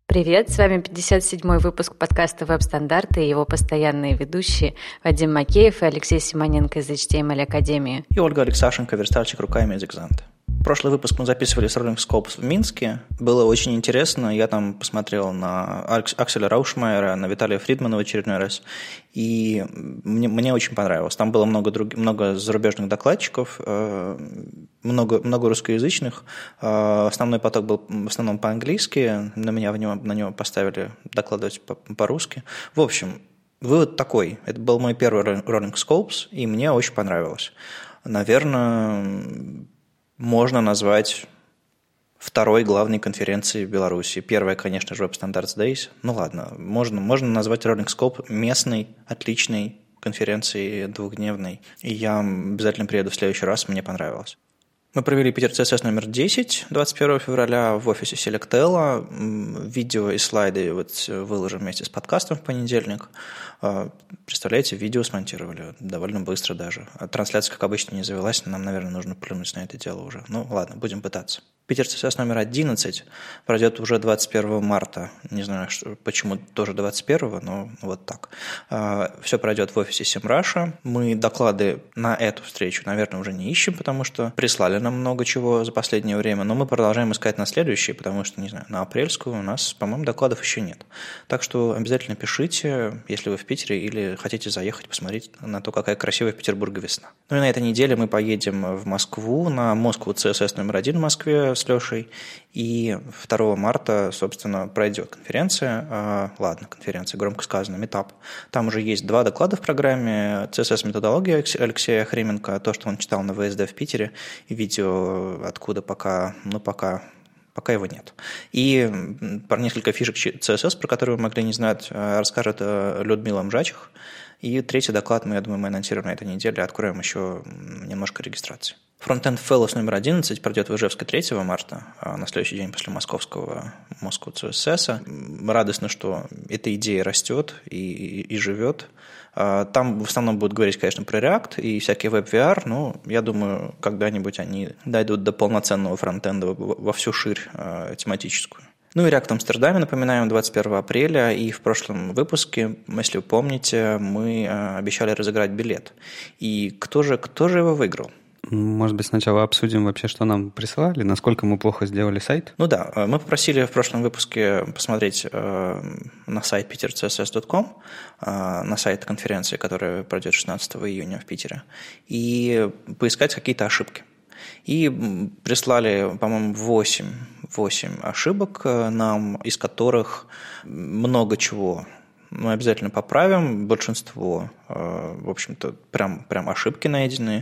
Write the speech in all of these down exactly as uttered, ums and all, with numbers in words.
Привет, с вами пятьдесят седьмой выпуск подкаста «Веб-стандарты» и его постоянные ведущие Вадим Макеев и Алексей Симоненко из эйч ти эм эль Академии. И Ольга Алексашенко, верстальщик руками из Exant. Прошлый выпуск мы записывали с Rolling Scopes в Минске. Было очень интересно. Я там посмотрел на Акселя Раушмайера, на Виталия Фридмана в очередной раз. И мне, мне очень понравилось. Там было много, друг, много зарубежных докладчиков, много, много русскоязычных. Основной поток был в основном по-английски. На меня в него, на него поставили докладывать по-русски. В общем, вывод такой. Это был мой первый Rolling Scopes, и мне очень понравилось. Наверное, можно назвать второй главной конференцией в Беларуси. Первая, конечно же, Web Standards Days. Ну ладно, можно, можно назвать Rolling Scope местной, отличной конференцией двухдневной. И я обязательно приеду в следующий раз, мне понравилось. Мы провели Питер си эс эс номер десять двадцать первого февраля в офисе Selectel. Видео и слайды вот выложим вместе с подкастом в понедельник. Представляете, видео смонтировали довольно быстро даже. Трансляция, как обычно, не завелась, нам, наверное, нужно плюнуть на это дело уже. Ну, ладно, будем пытаться. Питер си эс эс номер одиннадцать пройдет уже двадцать первого марта. Не знаю, что, почему тоже двадцать первого, но вот так. Все пройдет в офисе Semrush. Мы доклады на эту встречу, наверное, уже не ищем, потому что прислали нам много чего за последнее время, но мы продолжаем искать на следующие, потому что, не знаю, на апрельскую у нас, по-моему, докладов еще нет. Так что обязательно пишите, если вы в Питере или хотите заехать посмотреть на то, какая красивая в Петербурге весна. Ну и на этой неделе мы поедем в Москву, на Москву си эс эс номер один в Москве с Лешей, и второго марта, собственно, пройдет конференция, а, ладно, конференция, громко сказано, метап. Там уже есть два доклада в программе: си эс эс-методология Алексея Хременко, то, что он читал на ви эс ди в Питере, и видео, откуда пока, ну, пока... Пока его нет. И про несколько фишек си эс эс, про которые вы могли не знать, расскажет Людмила Мжачих. И третий доклад, мы, я думаю, мы анонсируем на этой неделе, откроем еще немножко регистрации. Frontend Fellows номер одиннадцать пройдет в Ижевске третьего марта, на следующий день после московского Moscow си эс эс. Радостно, что эта идея растет и, и, и живет. Там в основном будут говорить, конечно, про React и всякие веб-ви ар, но я думаю, когда-нибудь они дойдут до полноценного фронтенда во всю ширь тематическую. Ну и React в Амстердаме, напоминаем, двадцать первого апреля, и в прошлом выпуске, если вы помните, мы обещали разыграть билет. И кто же, кто же его выиграл? Может быть, сначала обсудим вообще, что нам присылали, насколько мы плохо сделали сайт? Ну да, мы попросили в прошлом выпуске посмотреть на сайт питер си эс эс точка ком, на сайт конференции, которая пройдет шестнадцатого июня в Питере, и поискать какие-то ошибки. И прислали, по-моему, восемь, восемь ошибок нам, из которых много чего мы обязательно поправим. Большинство, в общем-то, прям, прям ошибки найденные.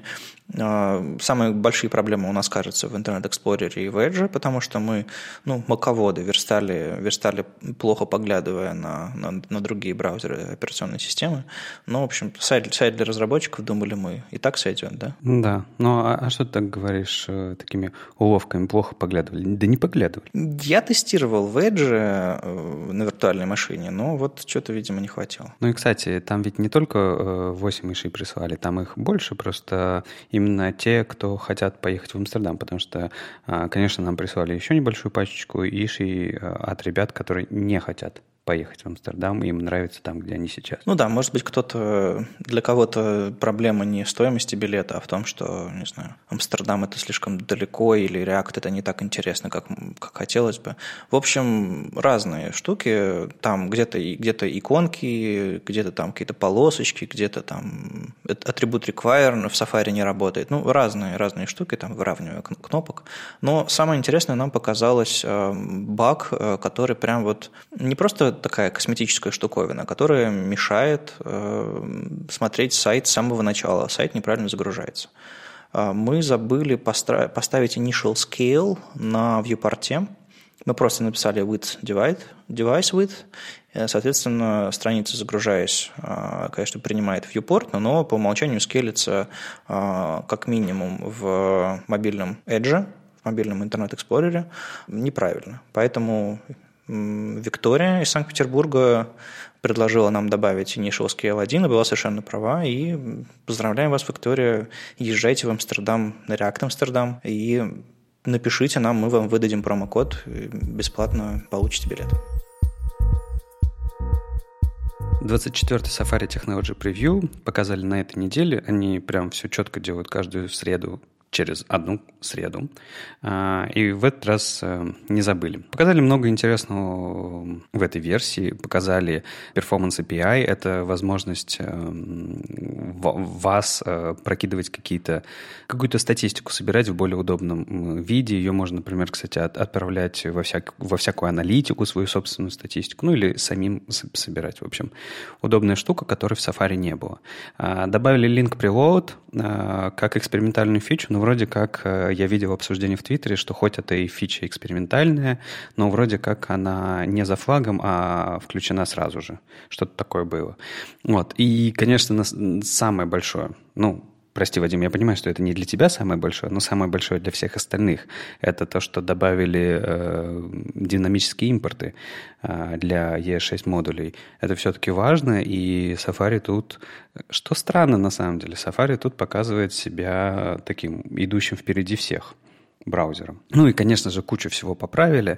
Самые большие проблемы у нас, кажется, в Internet Explorer и в Edge, потому что мы, ну, маководы, верстали, верстали плохо поглядывая на, на, на другие браузеры операционной системы. Но, в общем, сайт, сайт для разработчиков, думали мы, и так сойдет, да? Да. Ну, а, а что ты так говоришь такими уловками? Плохо поглядывали? Да не поглядывали. Я тестировал в Edge на виртуальной машине, но вот что-то, видимо, не хватило. Ну и, кстати, там ведь не только восемь ишей прислали, там их больше, просто именно те, кто хотят поехать в Амстердам, потому что, конечно, нам прислали еще небольшую пачечку ишей от ребят, которые не хотят поехать в Амстердам, им нравится там, где они сейчас. Ну да, может быть, кто-то, для кого-то проблема не в стоимости билета, а в том, что, не знаю, Амстердам это слишком далеко, или React это не так интересно, как, как хотелось бы. В общем, разные штуки, там где-то, где-то иконки, где-то там какие-то полосочки, где-то там атрибут require в Safari не работает. Ну, разные, разные штуки, там выравнивание кнопок. Но самое интересное нам показалось баг, который прям вот не просто такая косметическая штуковина, которая мешает э, смотреть сайт с самого начала. Сайт неправильно загружается. Мы забыли постра- поставить initial scale на viewport. Мы просто написали width divide, device width. Соответственно, страница, загружаясь, конечно, принимает viewport, но по умолчанию скейлится как минимум в мобильном Edge, в мобильном Internet Explorer неправильно. Поэтому Виктория из Санкт-Петербурга предложила нам добавить Initial Scale один, и была совершенно права. И поздравляем вас, Виктория. Езжайте в Амстердам, на React Амстердам, и напишите нам, мы вам выдадим промокод, бесплатно получите билет. двадцать четвёртый Safari Technology Preview показали на этой неделе. Они прям все четко делают каждую среду через одну среду. И в этот раз не забыли. Показали много интересного в этой версии. Показали Performance эй пи ай. Это возможность вас прокидывать какие-то, какую-то статистику, собирать в более удобном виде. Ее можно, например, кстати, отправлять во, всяк, во всякую аналитику, свою собственную статистику, ну или самим собирать. В общем, удобная штука, которой в Safari не было. Добавили link preload как экспериментальную фичу, но вроде как я видел обсуждение в Твиттере, что хоть это и фича экспериментальная, но вроде как она не за флагом, а включена сразу же. Что-то такое было. Вот. И, конечно, самое большое, ну, прости, Вадим, я понимаю, что это не для тебя самое большое, но самое большое для всех остальных. Это то, что добавили э, динамические импорты э, для и эс шесть модулей. Это все-таки важно, и Safari тут, что странно на самом деле, Safari тут показывает себя таким идущим впереди всех браузером. Ну и, конечно же, кучу всего поправили.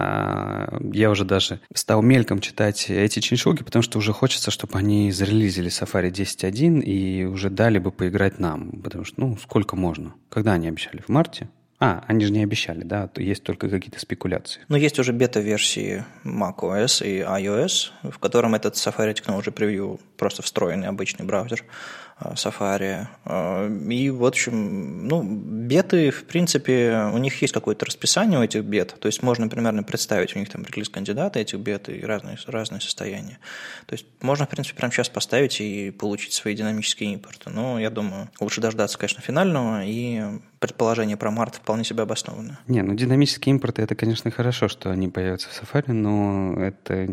Я уже даже стал мельком читать эти чиншоги, потому что уже хочется, чтобы они зарелизили Safari десять точка один и уже дали бы поиграть нам. Потому что, ну, сколько можно? Когда они обещали? В марте? А, они же не обещали, да? Есть только какие-то спекуляции. Но есть уже бета-версии macOS и iOS, в котором этот Safari Technology Preview просто встроенный обычный браузер Safari. И, в общем, ну, беты, в принципе, у них есть какое-то расписание у этих бет, то есть можно примерно представить, у них там релиз кандидата этих бет и разные, разные состояния. То есть можно, в принципе, прямо сейчас поставить и получить свои динамические импорты. Но, я думаю, лучше дождаться, конечно, финального, и предположение про март вполне себе обосновано. Не, ну, динамические импорты, это, конечно, хорошо, что они появятся в Safari, но это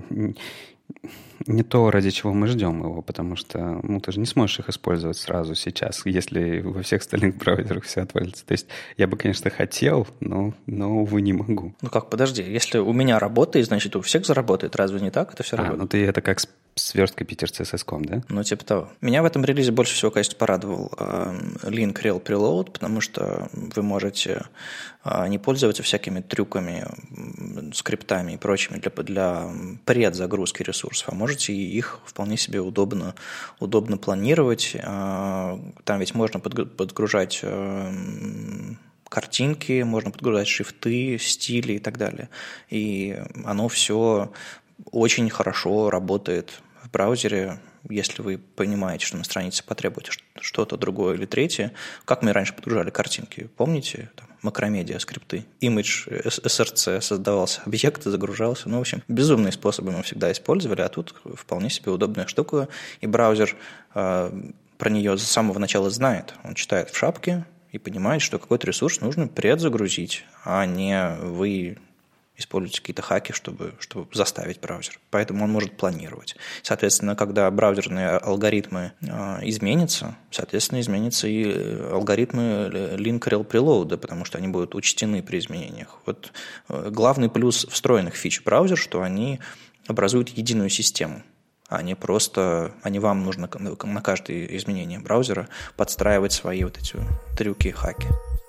не то, ради чего мы ждем его, потому что, ну, ты же не сможешь их использовать сразу сейчас, если во всех остальных браузерах все отвалится. То есть я бы, конечно, хотел, но, но увы, не могу. Ну как, подожди, если у меня работает, значит, у всех заработает. Разве не так? Это все а, работает. Ну ты это как с сверсткой Питер си эс эс точка ком, да? Ну, типа того. Меня в этом релизе больше всего, конечно, порадовал э, link rel preload, потому что вы можете э, не пользоваться всякими трюками, скриптами и прочими для, для предзагрузки ресурсов, а можете их вполне себе удобно, удобно планировать. Э, там ведь можно подгружать э, картинки, можно подгружать шрифты, стили и так далее. И оно все очень хорошо работает в браузере, если вы понимаете, что на странице потребуется что-то другое или третье. Как мы раньше подгружали картинки, помните? Там, макромедиа скрипты. Image эс эр си создавался, объект загружался. Ну, в общем, безумные способы мы всегда использовали, а тут вполне себе удобная штука. И браузер э, про нее с самого начала знает. Он читает в шапке и понимает, что какой-то ресурс нужно предзагрузить, а не вы используете какие-то хаки, чтобы, чтобы заставить браузер. Поэтому он может планировать. Соответственно, когда браузерные алгоритмы э, изменятся, соответственно, изменятся и алгоритмы link rel preload, потому что они будут учтены при изменениях. Вот э, главный плюс встроенных фич браузер, что они образуют единую систему, а не просто, а не вам нужно на каждое изменение браузера подстраивать свои вот эти трюки и хаки.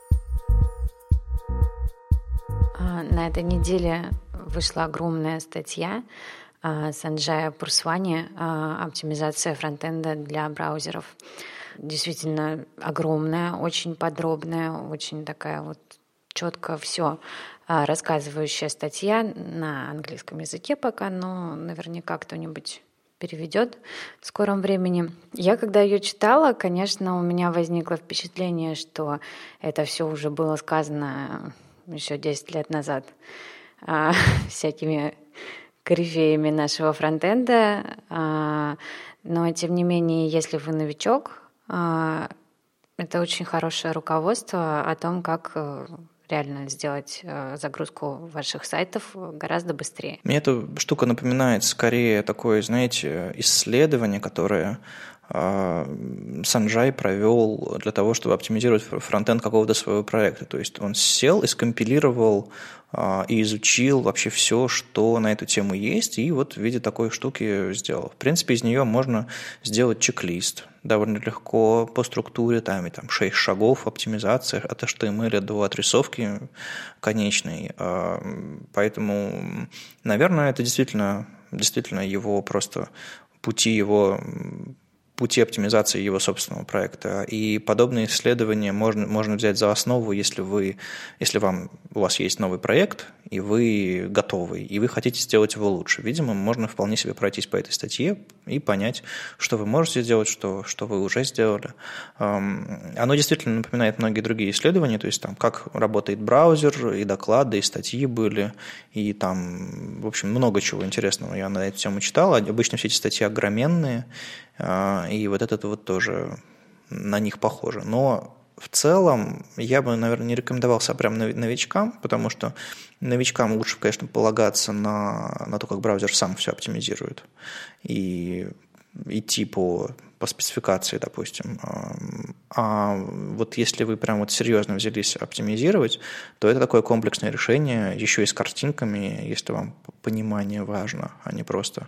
На этой неделе вышла огромная статья Санджая Пурсвани «Оптимизация фронтенда для браузеров». Действительно огромная, очень подробная, очень такая вот четко все рассказывающая статья на английском языке пока, но наверняка кто-нибудь переведет в скором времени. Я, когда ее читала, конечно, у меня возникло впечатление, что это все уже было сказано еще десять лет назад а, всякими корифеями нашего фронтенда. А, но, тем не менее, если вы новичок, а, это очень хорошее руководство о том, как реально сделать загрузку ваших сайтов гораздо быстрее. Мне эта штука напоминает скорее такое, знаете, исследование, которое Санджай провел для того, чтобы оптимизировать фронтенд какого-то своего проекта. То есть он сел и скомпилировал и изучил вообще все, что на эту тему есть, и вот в виде такой штуки сделал. В принципе, из нее можно сделать чек-лист довольно легко по структуре, там и там шесть шагов оптимизации от эйч ти эм эл до отрисовки конечной. Поэтому, наверное, это действительно, действительно его просто пути его пути оптимизации его собственного проекта. И подобные исследования можно, можно взять за основу, если, вы, если вам, у вас есть новый проект, и вы готовы, и вы хотите сделать его лучше. Видимо, можно вполне себе пройтись по этой статье и понять, что вы можете сделать, что, что вы уже сделали. Оно действительно напоминает многие другие исследования, то есть там, как работает браузер, и доклады, и статьи были, и там, в общем, много чего интересного я на эту тему читал. Обычно все эти статьи огроменные, и вот этот вот тоже на них похоже. Но в целом я бы, наверное, не рекомендовался прям новичкам, потому что новичкам лучше, конечно, полагаться на, на то, как браузер сам все оптимизирует, и идти по, по спецификации, допустим. А вот если вы прям вот серьезно взялись оптимизировать, то это такое комплексное решение, еще и с картинками, если вам понимание важно, а не просто,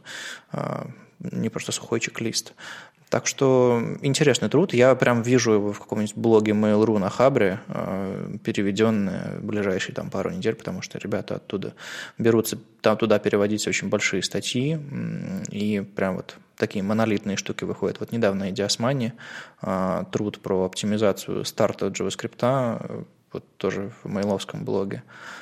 не просто сухой чек-лист. Так что интересный труд. Я прям вижу его в каком-нибудь блоге Mail.ru на Хабре, переведенный в ближайшие там, пару недель, потому что ребята оттуда берутся там, туда переводить очень большие статьи, и прям вот такие монолитные штуки выходят. Вот недавно Идиосмани, труд про оптимизацию старта JavaScript, вот тоже в мейловском блоге.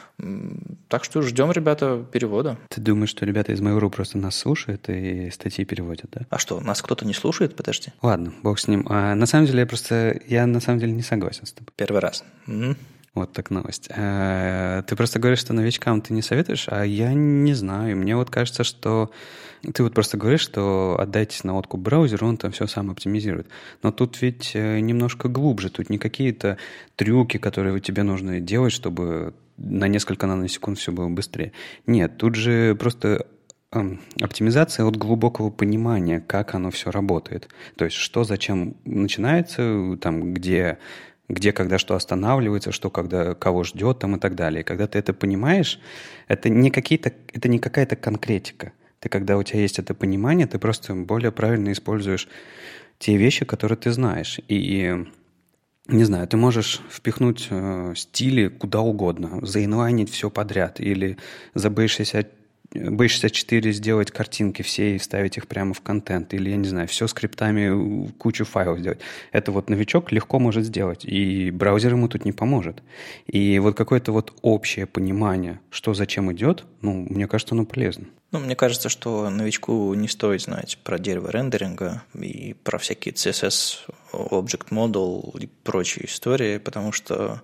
Так что ждем, ребята, перевода. Ты думаешь, что ребята из Mail.ru просто нас слушают и статьи переводят, да? А что, нас кто-то не слушает? Подожди. Ладно, бог с ним. А, на самом деле, я просто... Я на самом деле не согласен с тобой. Первый раз. Mm-hmm. Вот так новость. А, ты просто говоришь, что новичкам ты не советуешь, а я не знаю. Мне вот кажется, что... Ты вот просто говоришь, что отдайтесь на откуп браузеру, он там все сам оптимизирует. Но тут ведь немножко глубже. Тут не какие-то трюки, которые тебе нужно делать, чтобы на несколько наносекунд все было быстрее. Нет, тут же просто э, оптимизация от глубокого понимания, как оно все работает. То есть что, зачем начинается, там, где... где, когда что останавливается, что, когда, кого ждет там и так далее. И когда ты это понимаешь, это не, какие-то, это не какая-то конкретика. Ты, когда у тебя есть это понимание, ты просто более правильно используешь те вещи, которые ты знаешь. И, не знаю, ты можешь впихнуть э, стили куда угодно, заинлайнить все подряд, или за би шестьдесят четыре сделать картинки все и вставить их прямо в контент, или, я не знаю, все скриптами, кучу файлов сделать. Это вот новичок легко может сделать, и браузер ему тут не поможет. И вот какое-то вот общее понимание, что зачем идет, ну, мне кажется, оно полезно. Ну, мне кажется, что новичку не стоит знать про дерево рендеринга и про всякие си эс эс, Object Model и прочие истории, потому что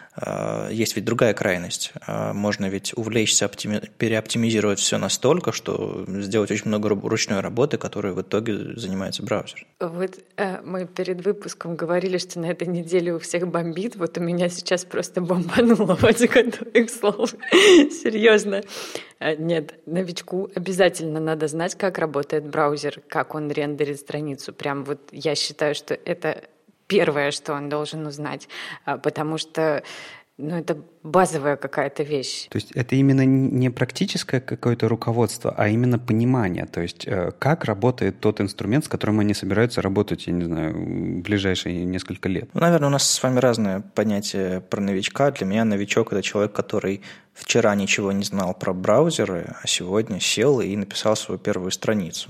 э, есть ведь другая крайность. Э, можно ведь увлечься, оптими... переоптимизировать все настолько, что сделать очень много ручной работы, которой в итоге занимается браузер. Вот э, мы перед выпуском говорили, что на этой неделе у всех бомбит. Вот у меня сейчас просто бомбануло в этих готовых слов. Серьезно. Нет, новичку обязательно надо знать, как работает браузер, как он рендерит страницу. Прям вот я считаю, что это первое, что он должен узнать, потому что ну, это базовая какая-то вещь. То есть это именно не практическое какое-то руководство, а именно понимание. То есть как работает тот инструмент, с которым они собираются работать, я не знаю, в ближайшие несколько лет. Ну, наверное, у нас с вами разное понятие про новичка. Для меня новичок – это человек, который вчера ничего не знал про браузеры, а сегодня сел и написал свою первую страницу.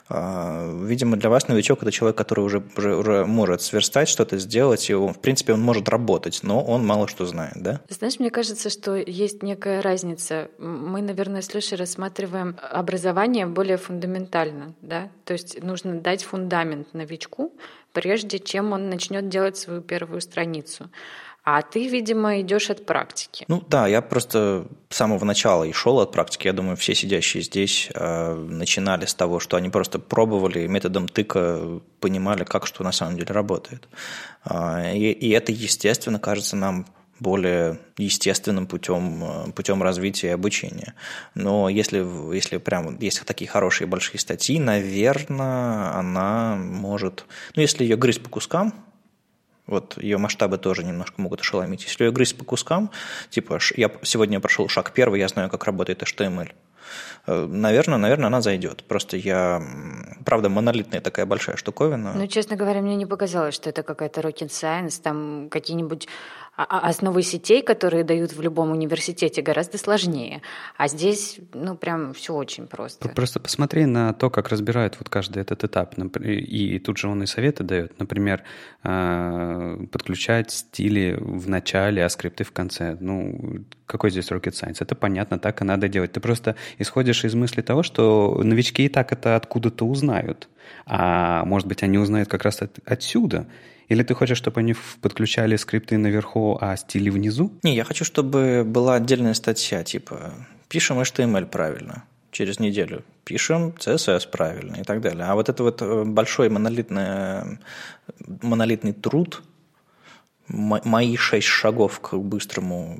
Видимо, для вас новичок – это человек, который уже, уже, уже может сверстать, что-то сделать, и он, в принципе, он может работать, но он мало что знает, да? Знаешь, мне кажется, что есть некая разница. Мы, наверное, с Лешей рассматриваем образование более фундаментально, да? То есть нужно дать фундамент новичку, прежде чем он начнет делать свою первую страницу. А ты, видимо, идешь от практики. Ну да, я просто с самого начала и шел от практики. Я думаю, все сидящие здесь э, начинали с того, что они просто пробовали методом тыка, понимали, как что на самом деле работает. Э, и, и это, естественно, кажется нам более естественным путем, путем развития и обучения. Но если, если прям есть такие хорошие большие статьи, наверное, она может... Ну, если ее грызть по кускам, вот ее масштабы тоже немножко могут ошеломить. Если ее грызть по кускам, типа я сегодня прошел шаг первый, я знаю, как работает эйч ти эм эль. Наверное, наверное, она зайдет. Просто я... Правда, монолитная такая большая штуковина. Ну, честно говоря, мне не показалось, что это какая-то rocket science, там какие-нибудь А основы сетей, которые дают в любом университете, гораздо сложнее. А здесь, ну, прям все очень просто. Просто посмотри на то, как разбирают вот каждый этот этап. И тут же он и советы дает. Например, подключать стили в начале, а скрипты в конце. Ну, какой здесь rocket science? Это понятно, так и надо делать. Ты просто исходишь из мысли того, что новички и так это откуда-то узнают. А может быть, они узнают как раз от, отсюда. Или ты хочешь, чтобы они подключали скрипты наверху, а стили внизу? Не, я хочу, чтобы была отдельная статья, типа пишем эйч ти эм эль правильно, через неделю пишем си эс эс правильно и так далее. А вот это вот большой монолитный, монолитный труд, мои шесть шагов к быстрому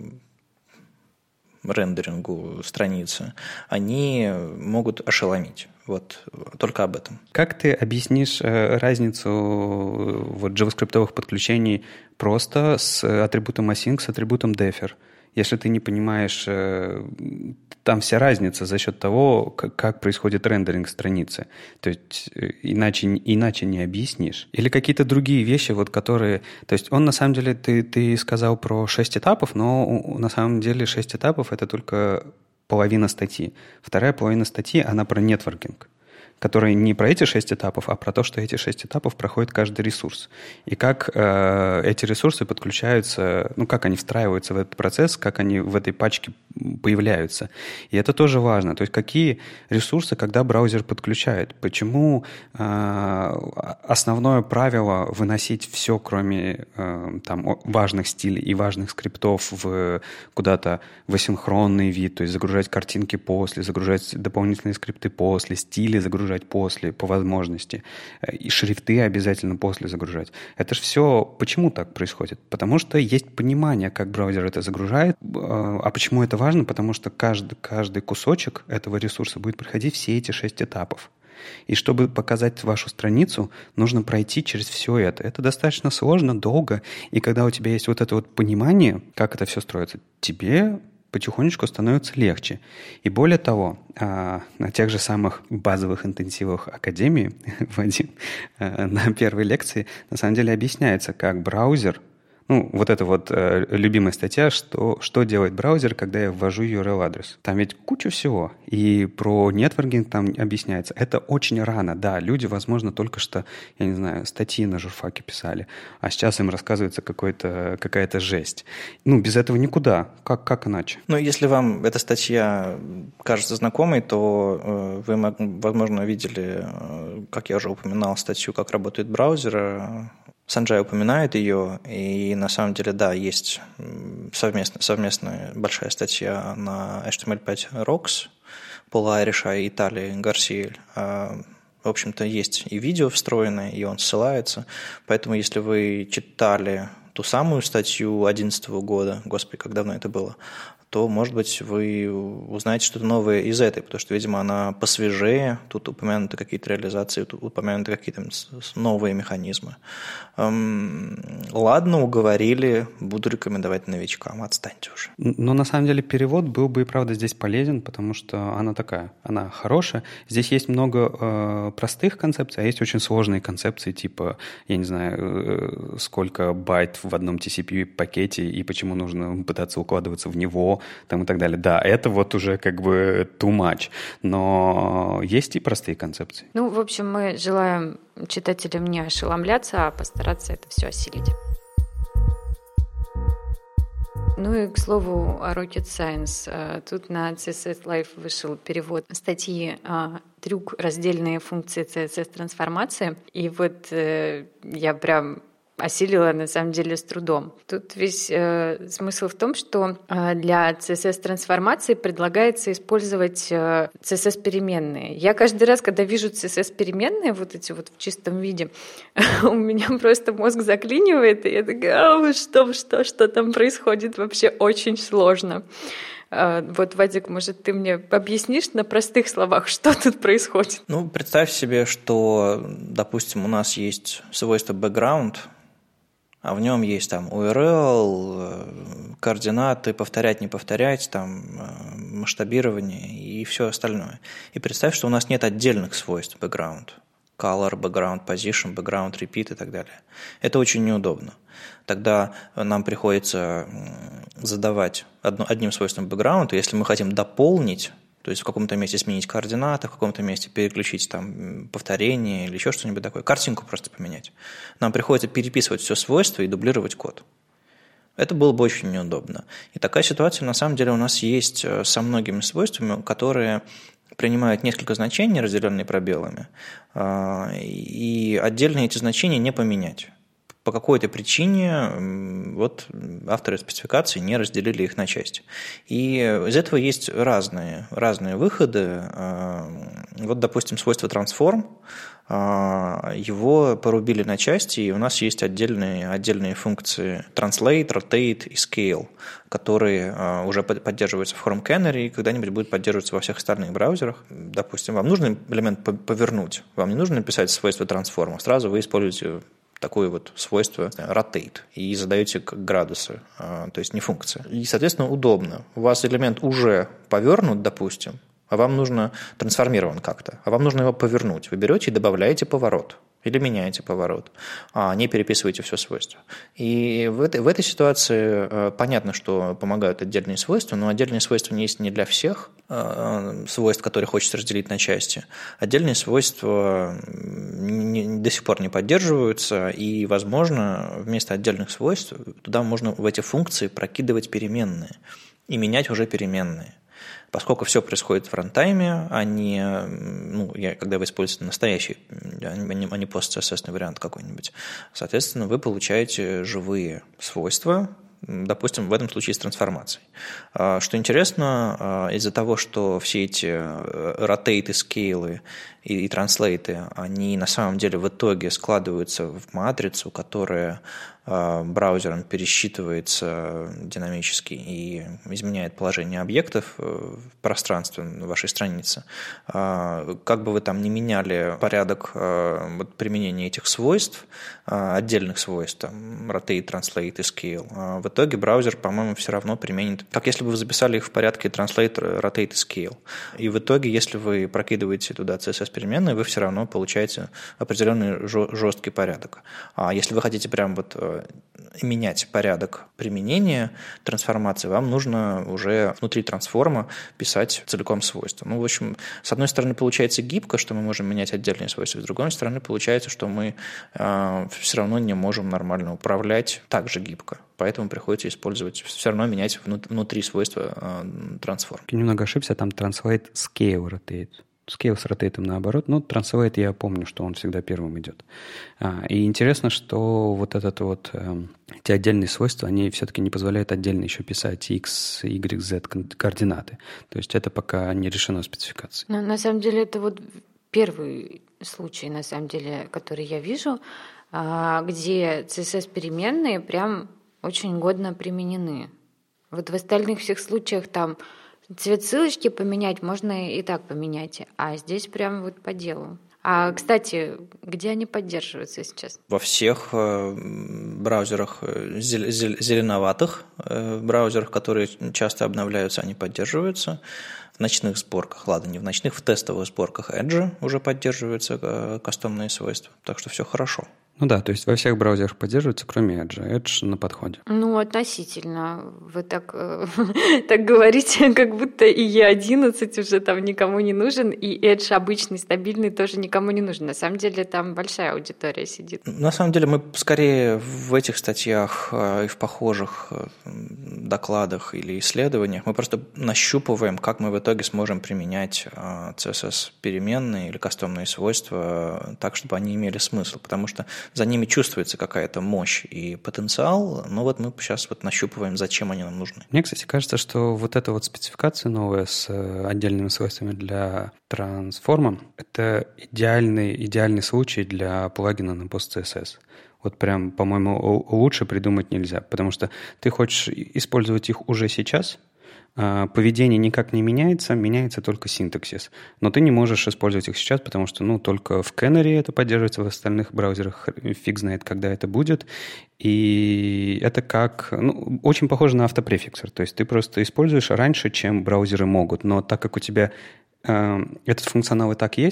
рендерингу страницы, они могут ошеломить. Вот только об этом. Как ты объяснишь разницу вот JavaScript-овых подключений просто с атрибутом async, с атрибутом defer? Если ты не понимаешь, там вся разница за счет того, как происходит рендеринг страницы. То есть иначе, иначе не объяснишь. Или какие-то другие вещи, вот которые... То есть он на самом деле, ты, ты сказал про шесть этапов, но на самом деле шесть этапов — это только половина статьи. Вторая половина статьи, она про нетворкинг, который не про эти шесть этапов, а про то, что эти шесть этапов проходит каждый ресурс. И как э, эти ресурсы подключаются, ну, как они встраиваются в этот процесс, как они в этой пачке появляются. И это тоже важно. То есть какие ресурсы, когда браузер подключает. Почему э, основное правило выносить все, кроме э, там, важных стилей и важных скриптов в куда-то в асинхронный вид, то есть загружать картинки после, загружать дополнительные скрипты после, стили загружать после, по возможности. И шрифты обязательно после загружать. Это же все... Почему так происходит? Потому что есть понимание, как браузер это загружает. А почему это важно? Потому что каждый, каждый кусочек этого ресурса будет проходить все эти шесть этапов. И чтобы показать вашу страницу, нужно пройти через все это. Это достаточно сложно, долго. И когда у тебя есть вот это вот понимание, как это все строится, тебе потихонечку становится легче. И более того, на тех же самых базовых интенсивах Академии Вадим на первой лекции на самом деле объясняется, как браузер, ну, вот эта вот э, любимая статья, что, что делает браузер, когда я ввожу ю ар эл-адрес. Там ведь куча всего. И про нетворкинг там объясняется. Это очень рано, да. Люди, возможно, только что, я не знаю, статьи на журфаке писали, а сейчас им рассказывается какой-то, какая-то жесть. Ну, без этого никуда. Как, как иначе? Ну, если вам эта статья кажется знакомой, то э, вы, возможно, видели, э, как я уже упоминал, статью «Как работает браузер». Санджай упоминает ее, и на самом деле, да, есть совместная, совместная большая статья на эйч ти эм эль пять Rocks Пола Айриша и Италии Гарсиэль. В общем-то, есть и видео встроенное, и он ссылается. Поэтому, если вы читали ту самую статью две тысячи одиннадцатого года, господи, как давно это было, то, может быть, вы узнаете что-то новое из этой, потому что, видимо, она посвежее, тут упомянуты какие-то реализации, тут упомянуты какие-то новые механизмы. Эм, ладно, уговорили, буду рекомендовать новичкам, отстаньте уже. Но на самом деле перевод был бы и правда здесь полезен, потому что она такая, она хорошая. Здесь есть много э, простых концепций, а есть очень сложные концепции, типа, я не знаю, э, сколько байт в одном ти си пи-пакете и почему нужно пытаться укладываться в него, там и так далее. Да, это вот уже как бы too much. Но есть и простые концепции. Ну, в общем, мы желаем читателям не ошеломляться, а постараться это все осилить. Ну и, к слову, о Rocket Science. Тут на си эс эс Live вышел перевод статьи «Трюк. Раздельные функции си эс эс-трансформации». И вот я прям осилила, на самом деле, с трудом. Тут весь э, смысл в том, что э, для си эс эс-трансформации предлагается использовать э, си эс эс-переменные. Я каждый раз, когда вижу си эс эс-переменные, вот эти вот в чистом виде, у меня просто мозг заклинивает, и я такая, что, что, что там происходит, вообще очень сложно. Вот, Вадик, может, ты мне объяснишь на простых словах, что тут происходит? Ну, представь себе, что, допустим, у нас есть свойство background, а в нем есть там ю ар эл, координаты, повторять, не повторять, там, масштабирование и все остальное. И представь, что у нас нет отдельных свойств background, color, background position, background repeat и так далее. Это очень неудобно. Тогда нам приходится задавать одним свойством background, и если мы хотим дополнить, то есть в каком-то месте сменить координаты, в каком-то месте переключить там повторение или еще что-нибудь такое, картинку просто поменять, нам приходится переписывать все свойства и дублировать код. Это было бы очень неудобно. И такая ситуация на самом деле у нас есть со многими свойствами, которые принимают несколько значений, разделенные пробелами, и отдельно эти значения не поменять. По какой-то причине вот авторы спецификации не разделили их на части. И из этого есть разные, разные выходы. Вот, допустим, свойство transform, его порубили на части, и у нас есть отдельные, отдельные функции translate, rotate и scale, которые уже поддерживаются в Chrome Canary и когда-нибудь будут поддерживаться во всех остальных браузерах. Допустим, вам нужно элемент повернуть, вам не нужно написать свойство transform, сразу вы используете такое вот свойство rotate и задаете как градусы, то есть не функция. И, соответственно, удобно. У вас элемент уже повернут, допустим, а вам нужно трансформирован как-то, а вам нужно его повернуть. Вы берете и добавляете поворот или меняете поворот, а не переписываете все свойства. И в этой, в этой ситуации понятно, что помогают отдельные свойства, но отдельные свойства не есть не для всех свойств, которые хочется разделить на части. Отдельные свойства не, до сих пор не поддерживаются, и, возможно, вместо отдельных свойств туда можно в эти функции прокидывать переменные и менять уже переменные. Поскольку все происходит в фронтайме, а не, ну, я, когда вы используете настоящий, а не пост-си эс эс-ный вариант какой-нибудь, соответственно, вы получаете живые свойства, допустим, в этом случае с трансформацией. Что интересно, из-за того, что все эти ротейты, скейлы и транслейты, они на самом деле в итоге складываются в матрицу, которая браузером пересчитывается динамически и изменяет положение объектов в пространстве вашей страницы. Как бы вы там ни меняли порядок применения этих свойств, отдельных свойств, там, rotate, translate и scale, в итоге браузер, по-моему, все равно применит, как если бы вы записали их в порядке translate, rotate и scale. И в итоге, если вы прокидываете туда си эс эс-переменные, вы все равно получаете определенный жесткий порядок. А если вы хотите прям вот менять порядок применения трансформации, вам нужно уже внутри трансформа писать целиком свойства. Ну, в общем, с одной стороны, получается гибко, что мы можем менять отдельные свойства, с другой стороны, получается, что мы э, все равно не можем нормально управлять так же гибко. Поэтому приходится использовать, все равно менять внутри свойства э, трансформ. Я немного ошибся, там translate scale rotate. Scale с ротейтом наоборот. Ну, Translate я помню, что он всегда первым идет. А, и интересно, что вот этот вот, э, эти отдельные свойства, они все-таки не позволяют отдельно еще писать x, y, z координаты. То есть это пока не решено спецификацией. Но на самом деле это вот первый случай, на самом деле, который я вижу, где си эс эс-переменные прям очень годно применены. Вот в остальных всех случаях там цвет ссылочки поменять можно и так поменять, а здесь прям вот по делу. А, кстати, где они поддерживаются сейчас? Во всех браузерах зеленоватых, браузерах, которые часто обновляются, они поддерживаются. В ночных сборках, ладно, не в ночных, в тестовых сборках Edge уже поддерживаются кастомные свойства, так что все хорошо. Ну да, то есть во всех браузерах поддерживается, кроме Edge. Edge на подходе. Ну, относительно. Вы так, так говорите, как будто и и одиннадцать уже там никому не нужен, и Edge обычный, стабильный тоже никому не нужен. На самом деле там большая аудитория сидит. На самом деле мы скорее в этих статьях и в похожих докладах или исследованиях мы просто нащупываем, как мы в итоге сможем применять си эс эс-переменные или кастомные свойства так, чтобы они имели смысл, потому что за ними чувствуется какая-то мощь и потенциал, но вот мы сейчас вот нащупываем, зачем они нам нужны. Мне, кстати, кажется, что вот эта вот спецификация новая с отдельными свойствами для трансформа — это идеальный, идеальный случай для плагина на пост-си эс эс. Вот прям, по-моему, лучше придумать нельзя, потому что ты хочешь использовать их уже сейчас, поведение никак не меняется, меняется только синтаксис. Но ты не можешь использовать их сейчас, потому что ну, только в Canary это поддерживается, в остальных браузерах фиг знает, когда это будет. И это как... Ну, очень похоже на автопрефиксер. То есть ты просто используешь раньше, чем браузеры могут. Но так как у тебя э, этот функционал и так есть,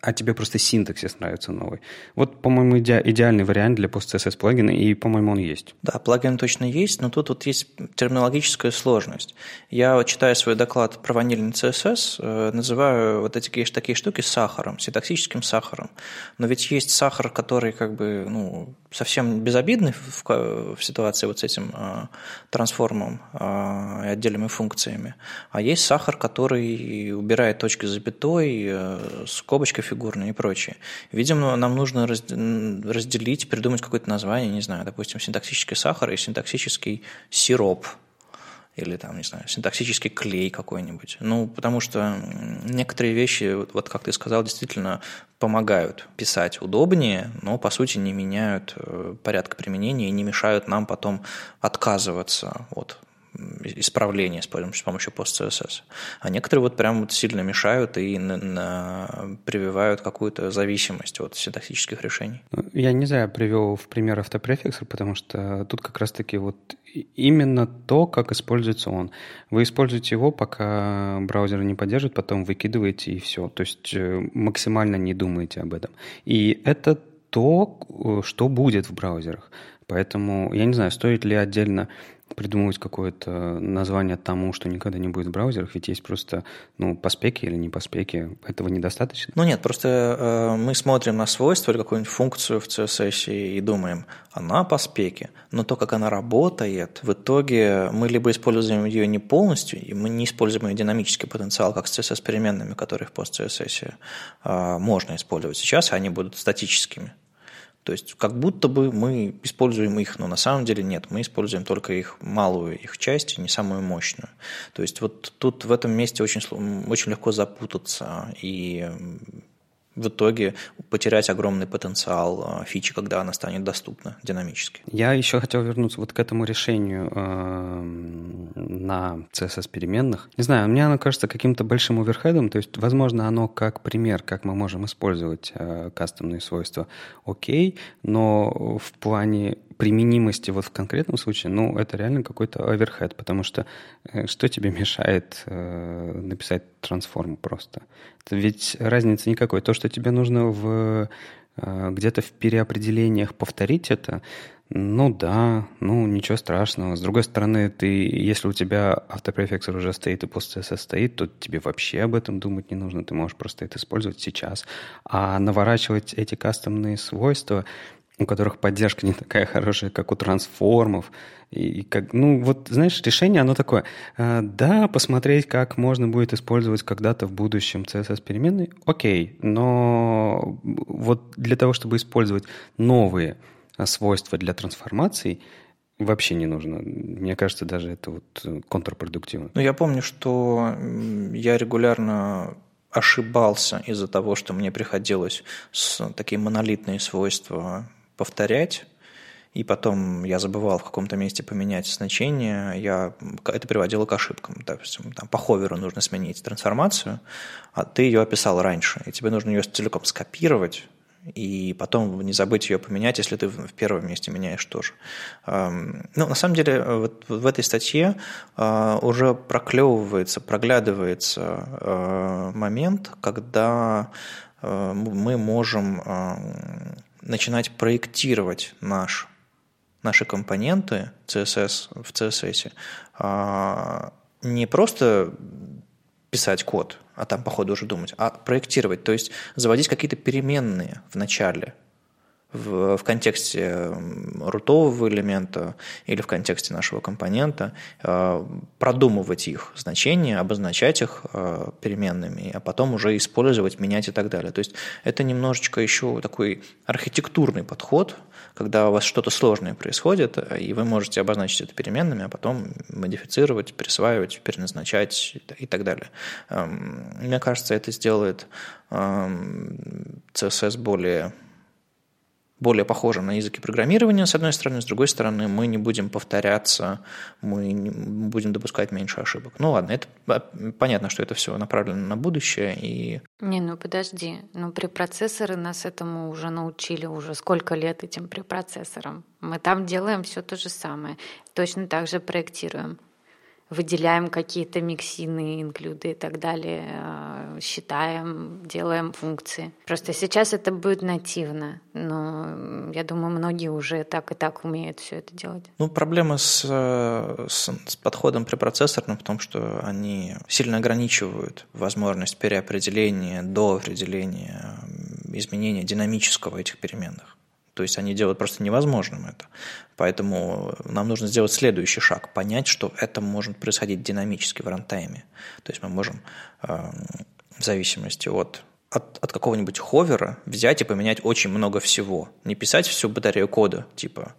а тебе просто синтаксис нравится новый. Вот, по-моему, иде- идеальный вариант для пост-си эс эс плагина, и, по-моему, он есть. Да, плагин точно есть, но тут вот есть терминологическая сложность. Я, вот, читая свой доклад про ванильный си эс эс, э, называю вот эти такие штуки сахаром, синтаксическим сахаром. Но ведь есть сахар, который как бы ну, совсем безобидный в, в, в ситуации вот с этим э, трансформом э, и отдельными функциями. А есть сахар, который убирает точки с запятой, э, скобочкой фигурной и прочее. Видимо, нам нужно разделить, придумать какое-то название, не знаю, допустим, синтаксический сахар и синтаксический сироп. Или там, не знаю, синтаксический клей какой-нибудь. Ну, потому что некоторые вещи, вот как ты сказал, действительно помогают писать удобнее, но, по сути, не меняют порядка применения и не мешают нам потом отказываться от исправления с помощью пост-си эс эс. А некоторые вот прям вот сильно мешают и на, на, прививают какую-то зависимость от синтаксических решений. Я не знаю, привел в пример автопрефиксер, потому что тут как раз-таки вот именно то, как используется он. Вы используете его, пока браузер не поддержит, потом выкидываете и все. То есть максимально не думаете об этом. И это то, что будет в браузерах. Поэтому я не знаю, стоит ли отдельно придумывать какое-то название тому, что никогда не будет в браузерах, ведь есть просто, ну, по спеке или не по спеке, этого недостаточно? Ну нет, просто э, мы смотрим на свойство или какую-нибудь функцию в си эс эс и думаем, она по спеке, но то, как она работает, в итоге мы либо используем ее не полностью, и мы не используем ее динамический потенциал, как с си эс эс-переменными, которые в пост-си эс эс э, можно использовать сейчас, а они будут статическими. То есть как будто бы мы используем их, но на самом деле нет, мы используем только их малую их часть, не самую мощную. То есть вот тут в этом месте очень, очень легко запутаться и в итоге потерять огромный потенциал фичи, когда она станет доступна динамически. Я еще хотел вернуться вот к этому решению э, на си эс эс-переменных. Не знаю, мне оно кажется каким-то большим оверхедом, то есть, возможно, оно как пример, как мы можем использовать э, кастомные свойства, окей, но в плане применимости вот в конкретном случае, ну, это реально какой-то оверхед, потому что э, что тебе мешает э, написать трансформ просто? Это ведь разницы никакой. То, что тебе нужно в, э, где-то в переопределениях повторить это, ну да, ну ничего страшного. С другой стороны, ты, если у тебя автопрефиксер уже стоит и пост-си эс эс стоит, то тебе вообще об этом думать не нужно. Ты можешь просто это использовать сейчас. А наворачивать эти кастомные свойства, у которых поддержка не такая хорошая, как у трансформов. И как, ну, вот, знаешь, решение, оно такое. Э, да, посмотреть, как можно будет использовать когда-то в будущем си эс эс-переменные, окей, но вот для того, чтобы использовать новые свойства для трансформаций, вообще не нужно. Мне кажется, даже это вот контрпродуктивно. Ну, я помню, что я регулярно ошибался из-за того, что мне приходилось такие монолитные свойства повторять, и потом я забывал в каком-то месте поменять значение, я, это приводило к ошибкам. Допустим, там, по ховеру нужно сменить трансформацию, а ты ее описал раньше, и тебе нужно ее целиком скопировать, и потом не забыть ее поменять, если ты в первом месте меняешь тоже. Ну, на самом деле, вот в этой статье уже проклевывается, проглядывается момент, когда мы можем начинать проектировать наш, наши компоненты си эс эс в си эс эс не просто писать код, а там по ходу уже думать, а проектировать, то есть заводить какие-то переменные в начале, в, в контексте рутового элемента или в контексте нашего компонента, продумывать их значения, обозначать их переменными, а потом уже использовать, менять и так далее. То есть это немножечко еще такой архитектурный подход, когда у вас что-то сложное происходит, и вы можете обозначить это переменными, а потом модифицировать, присваивать, переназначать и так далее. Мне кажется, это сделает си эс эс более более похожим на языки программирования, с одной стороны, с другой стороны, мы не будем повторяться, мы не будем допускать меньше ошибок. Ну ладно, это понятно, что это все направлено на будущее. И... Не, ну подожди, ну препроцессоры нас этому уже научили уже сколько лет этим препроцессорам. Мы там делаем все то же самое, точно так же проектируем. Выделяем какие-то миксины, инклюды и так далее, считаем, делаем функции. Просто сейчас это будет нативно, но я думаю, многие уже так и так умеют все это делать. Ну, проблема с, с, с подходом препроцессорным в том, что они сильно ограничивают возможность переопределения, доопределения, изменения динамического этих переменных. То есть они делают просто невозможным это. Поэтому нам нужно сделать следующий шаг, понять, что это может происходить динамически в рантайме. То есть мы можем э, в зависимости от, от, от какого-нибудь ховера взять и поменять очень много всего. Не писать всю батарею кода, типа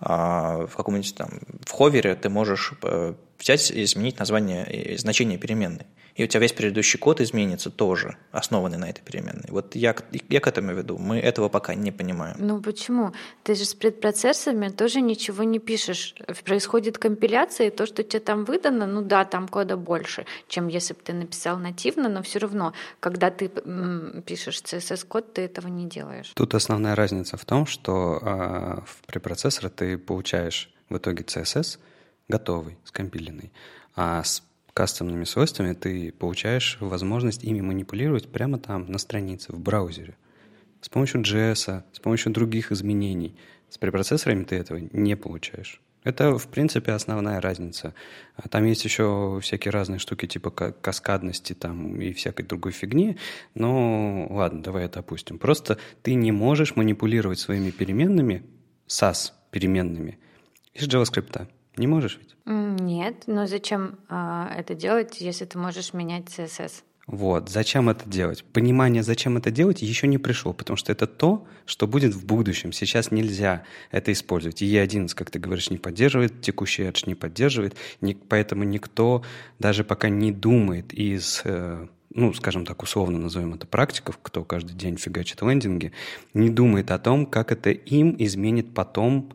а в каком-нибудь там в ховере ты можешь взять и изменить название и значение переменной. И у тебя весь предыдущий код изменится тоже, основанный на этой переменной. Вот я, я к этому веду. Мы этого пока не понимаем. Ну почему? Ты же с предпроцессорами тоже ничего не пишешь. Происходит компиляция, и то, что тебе там выдано, ну да, там кода больше, чем если бы ты написал нативно, но все равно, когда ты м, пишешь си эс эс-код, ты этого не делаешь. Тут основная разница в том, что э, в препроцессоре ты получаешь в итоге си эс эс готовый, скомпиленный, а с кастомными свойствами ты получаешь возможность ими манипулировать прямо там, на странице, в браузере. С помощью джей эс, с помощью других изменений. С препроцессорами ты этого не получаешь. Это, в принципе, основная разница. Там есть еще всякие разные штуки типа каскадности там, и всякой другой фигни, но ладно, давай это опустим. Просто ты не можешь манипулировать своими переменными, сас переменными, из JavaScript. Не можешь ведь? Нет, но зачем э, это делать, если ты можешь менять си эс эс? Вот, зачем это делать? Понимание, зачем это делать, еще не пришло, потому что это то, что будет в будущем. Сейчас нельзя это использовать. И и одиннадцать, как ты говоришь, не поддерживает, текущий Edge не поддерживает, не, поэтому никто даже пока не думает из, э, ну, скажем так, условно назовем это практиков, кто каждый день фигачит лендинги, не думает о том, как это им изменит потом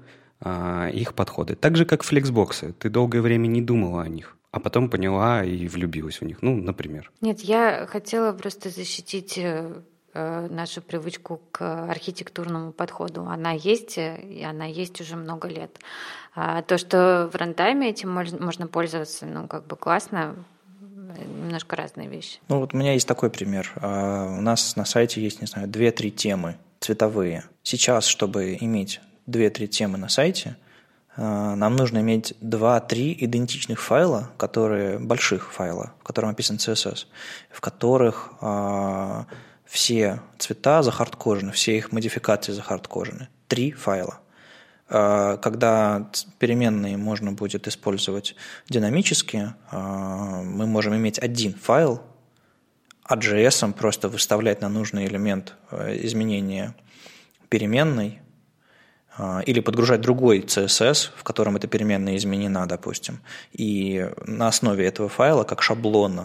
их подходы. Так же, как флексбоксы. Ты долгое время не думала о них, а потом поняла и влюбилась в них. Ну, например. Нет, я хотела просто защитить э, нашу привычку к архитектурному подходу. Она есть, и она есть уже много лет. А то, что в рантайме этим можно пользоваться, ну, как бы классно, немножко разные вещи. Ну, вот у меня есть такой пример. У нас на сайте есть, не знаю, две-три темы цветовые. Сейчас, чтобы иметь две-три темы на сайте, нам нужно иметь два-три идентичных файла, которые, больших файла, в котором описан си эс эс, в которых а, все цвета захардкожены, все их модификации захардкожены. Три файла. А, когда переменные можно будет использовать динамически, а, мы можем иметь один файл, а джей эс просто выставлять на нужный элемент изменения переменной, или подгружать другой си эс эс, в котором эта переменная изменена, допустим, и на основе этого файла, как шаблона,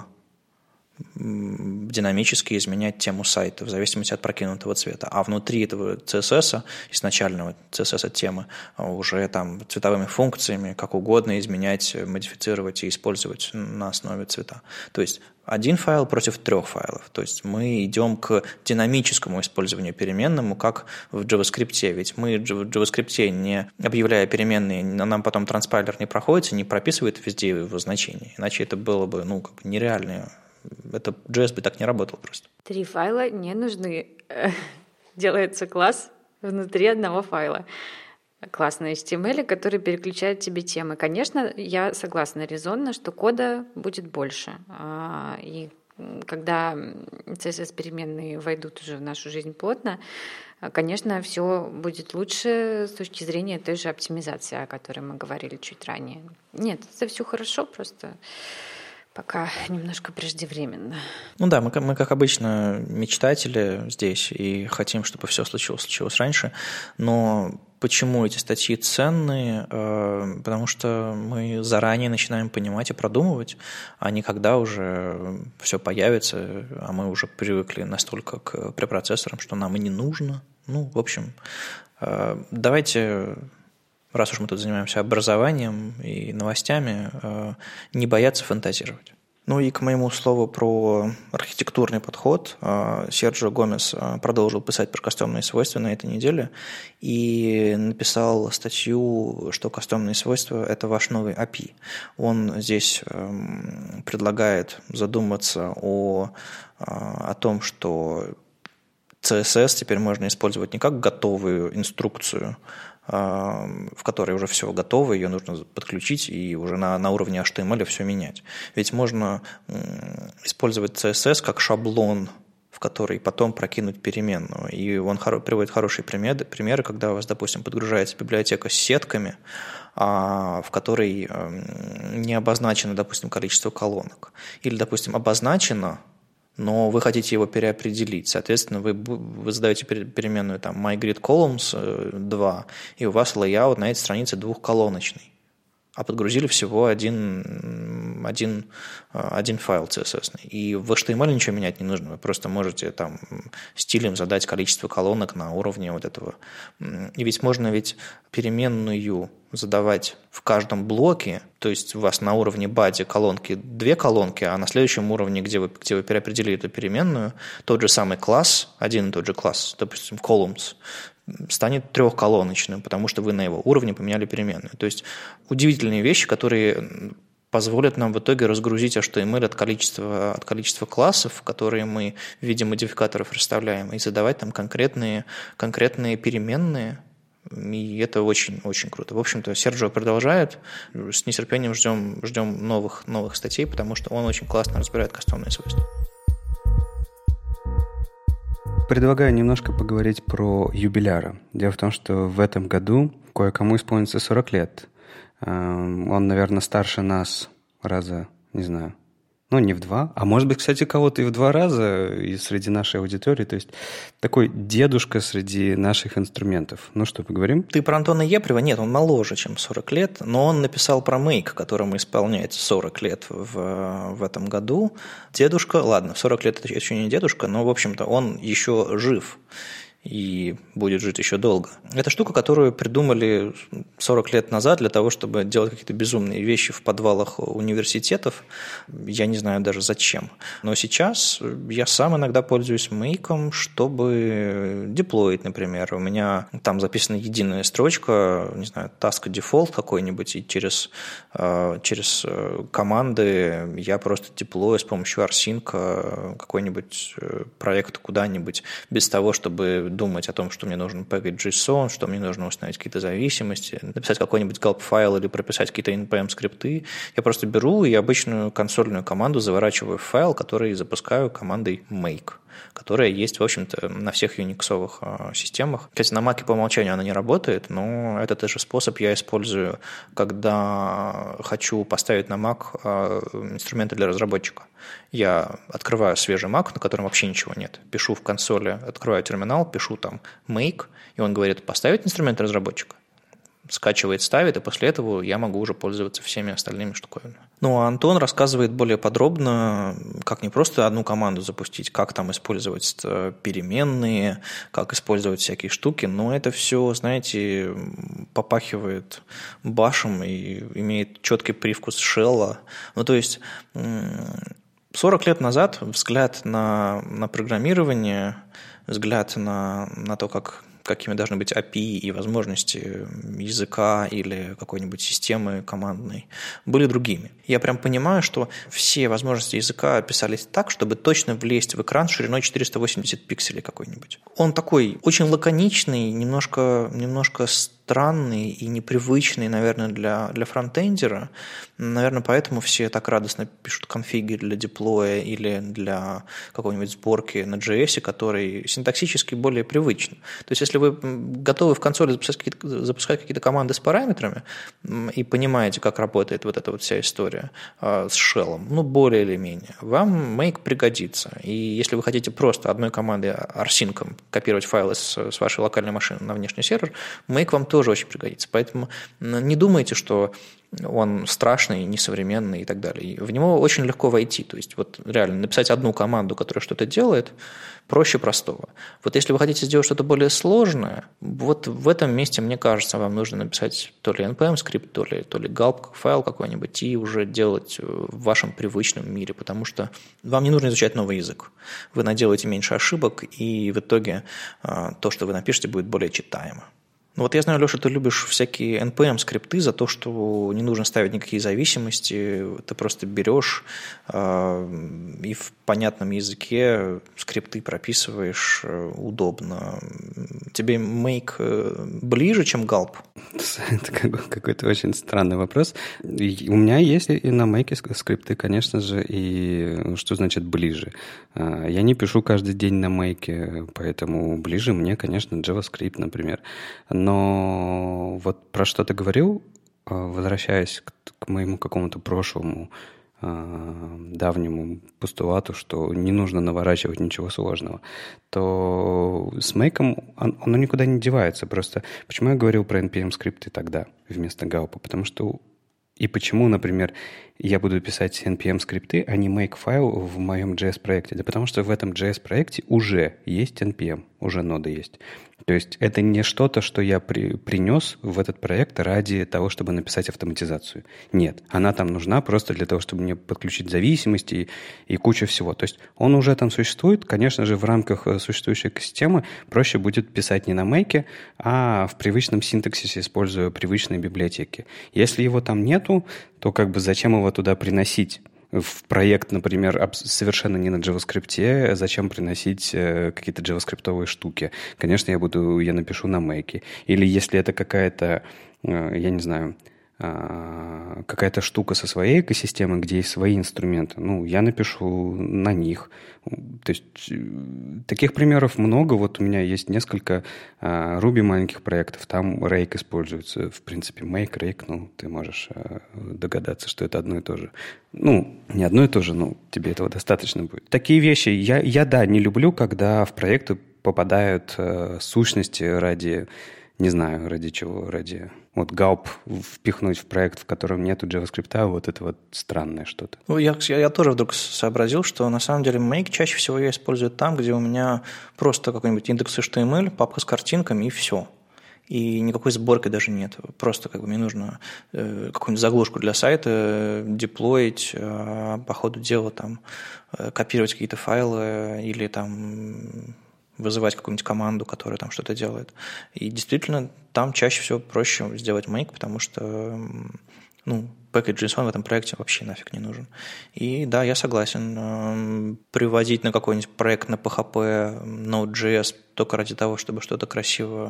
динамически изменять тему сайта в зависимости от прокинутого цвета. А внутри этого си эс эс, изначального си эс эс темы, уже там цветовыми функциями, как угодно изменять, модифицировать и использовать на основе цвета. То есть один файл против трех файлов. То есть мы идем к динамическому использованию переменному, как в JavaScript. Ведь мы в JavaScript, не объявляя переменные, нам потом транспайлер не проходит, не прописывает везде его значение. Иначе это было бы, ну, как бы нереально. Это джей эс бы так не работал просто. Три файла не нужны. Делается класс внутри одного файла. Класс на эйч ти эм эль, который переключает тебе темы. Конечно, я согласна резонно, что кода будет больше. И когда си эс эс-переменные войдут уже в нашу жизнь плотно, конечно, все будет лучше с точки зрения той же оптимизации, о которой мы говорили чуть ранее. Нет, это все хорошо, просто пока немножко преждевременно. Ну да, мы, мы как обычно мечтатели здесь и хотим, чтобы все случилось, случилось раньше, но почему эти статьи ценные? Потому что мы заранее начинаем понимать и продумывать, а не когда уже все появится, а мы уже привыкли настолько к препроцессорам, что нам и не нужно. Ну, в общем, давайте, раз уж мы тут занимаемся образованием и новостями, не бояться фантазировать. Ну и к моему слову про архитектурный подход, Серджио Гомес продолжил писать про кастомные свойства на этой неделе и написал статью, что кастомные свойства – это ваш новый эй пи ай. Он здесь предлагает задуматься о, о том, что си эс эс теперь можно использовать не как готовую инструкцию, в которой уже все готово, ее нужно подключить и уже на, на уровне эйч ти эм эль все менять. Ведь можно использовать си эс эс как шаблон, в который потом прокинуть переменную. И он хоро- приводит хорошие примеры, примеры, когда у вас, допустим, подгружается библиотека с сетками, а, в которой не обозначено, допустим, количество колонок. Или, допустим, обозначено, но вы хотите его переопределить. Соответственно, вы, вы задаете переменную там myGridColumns два, и у вас layout на этой странице двухколоночный. А подгрузили всего один, один, один файл си эс эс. И в эйч ти эм эль ничего менять не нужно. Вы просто можете там стилем задать количество колонок на уровне вот этого. И ведь можно ведь переменную задавать в каждом блоке, то есть у вас на уровне body колонки две колонки, а на следующем уровне, где вы, где вы переопределили эту переменную, тот же самый класс, один и тот же класс, допустим, columns, станет трехколоночным, потому что вы на его уровне поменяли переменную. То есть удивительные вещи, которые позволят нам в итоге разгрузить эйч ти эм эль от количества, от количества классов, которые мы в виде модификаторов расставляем, и задавать там конкретные, конкретные переменные. И это очень-очень круто. В общем-то, Серджио продолжает. С нетерпением ждем, ждем новых, новых статей, потому что он очень классно разбирает кастомные свойства. Предлагаю немножко поговорить про юбиляра. Дело в том, что в этом году кое-кому исполнится сорок лет. Он, наверное, старше нас раза, не знаю, ну, не в два, а может быть, кстати, кого-то и в два раза и среди нашей аудитории. То есть такой дедушка среди наших инструментов. Ну что, поговорим? Ты про Антона Епрева? Нет, он моложе, чем сорок лет, но он написал про Make, которому исполняется сорок лет в, в этом году. Дедушка, ладно, сорок лет это еще не дедушка, но, в общем-то, он еще жив и будет жить еще долго. Это штука, которую придумали сорок лет назад для того, чтобы делать какие-то безумные вещи в подвалах университетов. Я не знаю даже зачем. Но сейчас я сам иногда пользуюсь Make, чтобы деплоить, например. У меня там записана единая строчка, не знаю, task default какой-нибудь, и через, через команды я просто деплою с помощью rsync какой-нибудь проект куда-нибудь без того, чтобы думать о том, что мне нужен package JSON, что мне нужно установить какие-то зависимости, написать какой-нибудь gulp файл или прописать какие-то эн пи эм скрипты. Я просто беру и обычную консольную команду заворачиваю в файл, который запускаю командой make, которая есть, в общем-то, на всех юниксовых системах. Кстати, на Mac по умолчанию она не работает, но этот же способ я использую, когда хочу поставить на Mac инструменты для разработчика. Я открываю свежий Mac, на котором вообще ничего нет. Пишу в консоли, открываю терминал, пишу там make, и он говорит, поставить инструмент разработчика. Скачивает, ставит, и после этого я могу уже пользоваться всеми остальными штуковинами. Ну, а Антон рассказывает более подробно, как не просто одну команду запустить, как там использовать переменные, как использовать всякие штуки, но это все, знаете, попахивает башем и имеет четкий привкус шелла. Ну, то есть сорок лет назад взгляд на, на программирование, взгляд на, на то, как какими должны быть эй пи ай и возможности языка или какой-нибудь системы командной, были другими. Я прям понимаю, что все возможности языка описались так, чтобы точно влезть в экран шириной четыреста восемьдесят пикселей какой-нибудь. Он такой очень лаконичный, немножко, немножко странный и непривычный, наверное, для, для фронтендера. Наверное, поэтому все так радостно пишут конфиги для деплоя или для какой-нибудь сборки на джей эс, который синтаксически более привычный. То есть, если вы готовы в консоли запускать какие-то, запускать какие-то команды с параметрами и понимаете, как работает вот эта вот вся история э, с шеллом, ну, более или менее, вам Make пригодится. И если вы хотите просто одной командой rsync копировать файлы с, с вашей локальной машины на внешний сервер, Make вам тоже тоже очень пригодится. Поэтому не думайте, что он страшный, несовременный и так далее. В него очень легко войти. То есть вот реально написать одну команду, которая что-то делает, проще простого. Вот если вы хотите сделать что-то более сложное, вот в этом месте, мне кажется, вам нужно написать то ли эн пи эм-скрипт, то ли, то ли галп файл какой-нибудь и уже делать в вашем привычном мире, потому что вам не нужно изучать новый язык. Вы наделаете меньше ошибок, и в итоге то, что вы напишете, будет более читаемо. Ну вот я знаю, Леша, ты любишь всякие эн пи эм-скрипты за то, что не нужно ставить никакие зависимости, ты просто берешь э, и в понятном языке скрипты прописываешь э, удобно. Тебе make ближе, чем Gulp? Это какой-то очень странный вопрос. И у меня есть и на Make скрипты, конечно же, и что значит ближе? Я не пишу каждый день на Make, поэтому ближе мне, конечно, JavaScript, например. Но вот про что ты говорил, возвращаясь к, к моему какому-то прошлому давнему постулату, что не нужно наворачивать ничего сложного, то с Make он, он никуда не девается. Просто почему я говорил про эн пи эм-скрипты тогда вместо Галпа? Потому что и почему, например, я буду писать эн пи эм-скрипты, а не make-файл в моем джей эс-проекте? Да потому что в этом джей эс-проекте уже есть эн пи эм, уже нода есть. То есть это не что-то, что я при, принес в этот проект ради того, чтобы написать автоматизацию. Нет, она там нужна просто для того, чтобы мне подключить зависимости и, и куча всего. То есть он уже там существует. Конечно же, в рамках существующей экосистемы проще будет писать не на Make, а в привычном синтаксисе, используя привычные библиотеки. Если его там нету, то как бы зачем его туда приносить? В проект, например, совершенно не на JavaScript, зачем приносить какие-то JavaScript-овые штуки? Конечно, я буду, я напишу на Make. Или если это какая-то, я не знаю, какая-то штука со своей экосистемой, где есть свои инструменты, ну, я напишу на них. То есть таких примеров много. Вот у меня есть несколько Ruby маленьких проектов, там Rake используется. В принципе, Make, Rake, ну, ты можешь догадаться, что это одно и то же. Ну, не одно и то же, но тебе этого достаточно будет. Такие вещи я, я да, не люблю, когда в проекты попадают э, сущности ради, не знаю, ради чего, ради... Вот галп впихнуть в проект, в котором нету JavaScript, вот это вот странное что-то. Ну, я, я, я тоже вдруг сообразил, что на самом деле Make чаще всего я использую там, где у меня просто какой-нибудь индекс эйч ти эм эль, папка с картинками и все. И никакой сборки даже нет. Просто как бы мне нужно э, какую-нибудь заглушку для сайта деплоить, э, по ходу дела там э, копировать какие-то файлы или там вызывать какую-нибудь команду, которая там что-то делает. И действительно, там чаще всего проще сделать make, потому что ну, package.json в этом проекте вообще нафиг не нужен. И да, я согласен. Приводить на какой-нибудь проект на пи эйч пи, Node.js только ради того, чтобы что-то красиво,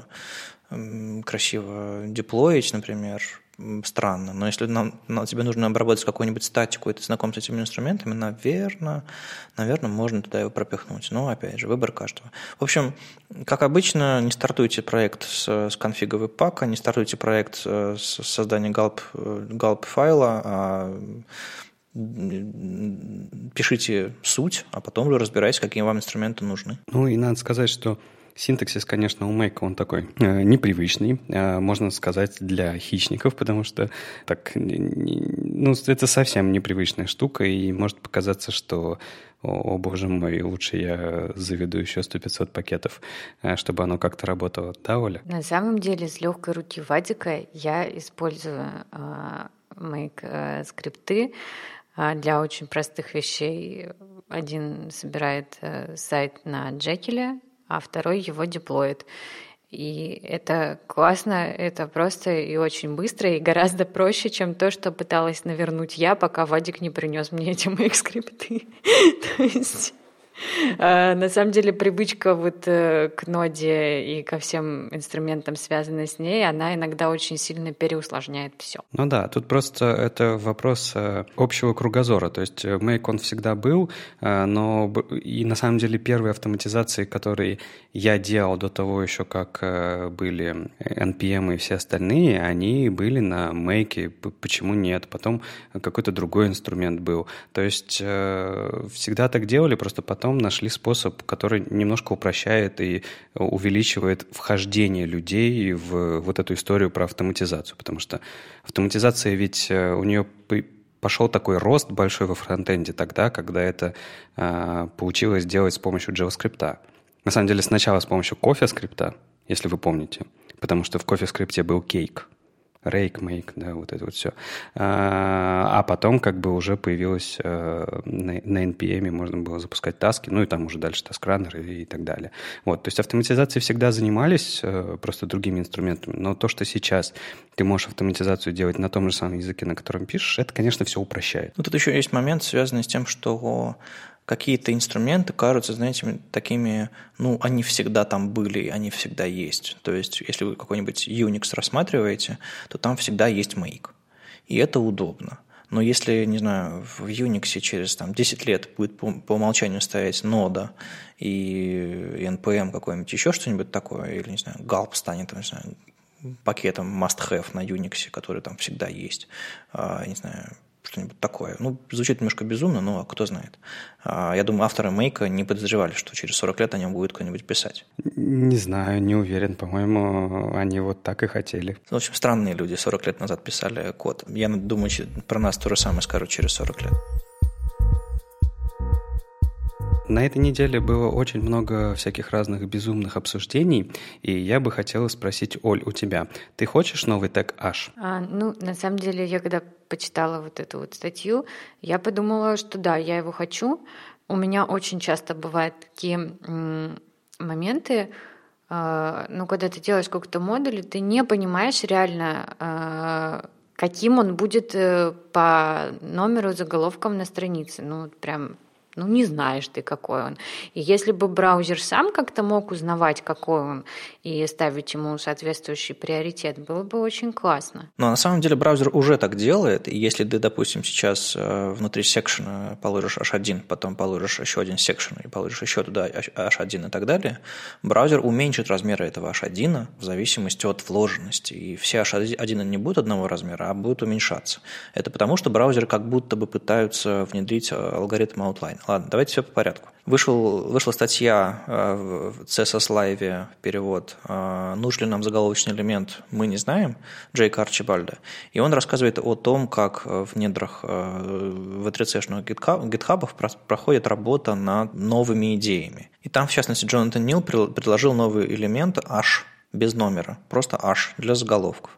красиво деплоить, например, странно. Но если нам, нам, тебе нужно обработать какую-нибудь статику, и ты знаком с этими инструментами, наверное, наверное, можно туда его пропихнуть. Но, опять же, выбор каждого. В общем, как обычно, не стартуйте проект с, с конфига веб-пака, не стартуйте проект с создания галп, галп файла, а пишите суть, а потом уже разбирайтесь, какие вам инструменты нужны. Ну и надо сказать, что синтаксис, конечно, у Make он такой э, непривычный, э, можно сказать, для хищников, потому что так, не, ну, это совсем непривычная штука, и может показаться, что, о, о боже мой, лучше я заведу еще сто-пятьсот пакетов, э, чтобы оно как-то работало. Да, Оля? На самом деле, с легкой руки Вадика я использую э, Make э, скрипты э, для очень простых вещей. Один собирает э, сайт на Jekyll, а второй его деплоит. И это классно, это просто и очень быстро, и гораздо проще, чем то, что пыталась навернуть я, пока Вадик не принес мне эти мои скрипты. То есть... На самом деле привычка вот к ноде и ко всем инструментам, связанным с ней, она иногда очень сильно переусложняет все. Ну да, тут просто это вопрос общего кругозора. То есть Make он всегда был, но и на самом деле первые автоматизации, которые я делал до того еще, как были эн пи эм и все остальные, они были на Make. Почему нет? Потом какой-то другой инструмент был. То есть всегда так делали, просто потом потом нашли способ, который немножко упрощает и увеличивает вхождение людей в вот эту историю про автоматизацию, потому что автоматизация ведь у нее пошел такой рост большой во фронтенде тогда, когда это э, получилось делать с помощью JavaScript. На самом деле сначала с помощью CoffeeScript, если вы помните, потому что в CoffeeScript был Cake, Rake, Make, да, вот это вот все. А, а потом как бы уже появилось э, на, на эн пи эм можно было запускать таски, ну и там уже дальше таскраннер и, и так далее. Вот, то есть автоматизацией всегда занимались э, просто другими инструментами, но то, что сейчас ты можешь автоматизацию делать на том же самом языке, на котором пишешь, это, конечно, все упрощает. Ну, тут еще есть момент, связанный с тем, что какие-то инструменты кажутся, знаете, такими, ну, они всегда там были, они всегда есть. То есть, если вы какой-нибудь Unix рассматриваете, то там всегда есть Make. И это удобно. Но если, не знаю, в Unix через там, десять лет будет по, по умолчанию стоять нода и эн пи эм какой-нибудь, еще что-нибудь такое, или, не знаю, галп станет, не знаю, пакетом must-have на Unix, который там всегда есть, а, не знаю, что-нибудь такое. Ну, звучит немножко безумно, но кто знает. Я думаю, авторы Make не подозревали, что через сорок лет о нем будет кто-нибудь писать. Не знаю, не уверен. По-моему, они вот так и хотели. В общем, странные люди сорок лет назад писали код. Я думаю, про нас то же самое скажут через сорок лет. На этой неделе было очень много всяких разных безумных обсуждений, и я бы хотела спросить, Оль, у тебя, ты хочешь новый тег Ash? А, ну, на самом деле, я когда почитала вот эту вот статью, я подумала, что да, я его хочу. У меня очень часто бывают такие м- моменты, э- ну, когда ты делаешь какой-то модуль, ты не понимаешь реально, э- каким он будет э- по номеру заголовкам на странице. Ну, прям... Ну, не знаешь ты, какой он. И если бы браузер сам как-то мог узнавать, какой он, и ставить ему соответствующий приоритет, было бы очень классно. Но на самом деле браузер уже так делает, и если ты, допустим, сейчас внутри секшена положишь эйч один, потом положишь еще один секшен, и положишь еще туда эйч один и так далее, браузер уменьшит размеры этого эйч один в зависимости от вложенности. И все эйч один не будут одного размера, а будут уменьшаться. Это потому, что браузеры как будто бы пытаются внедрить алгоритм outline. Ладно, давайте все по порядку. Вышел, вышла статья в си эс эс Live, перевод «Нужен ли нам заголовочный элемент? Мы не знаем» Джейка Арчибальда. И он рассказывает о том, как в недрах ви три си-шных гитхабов проходит работа над новыми идеями. И там, в частности, Джонатан Нил предложил новый элемент Ash, без номера, просто Ash для заголовков.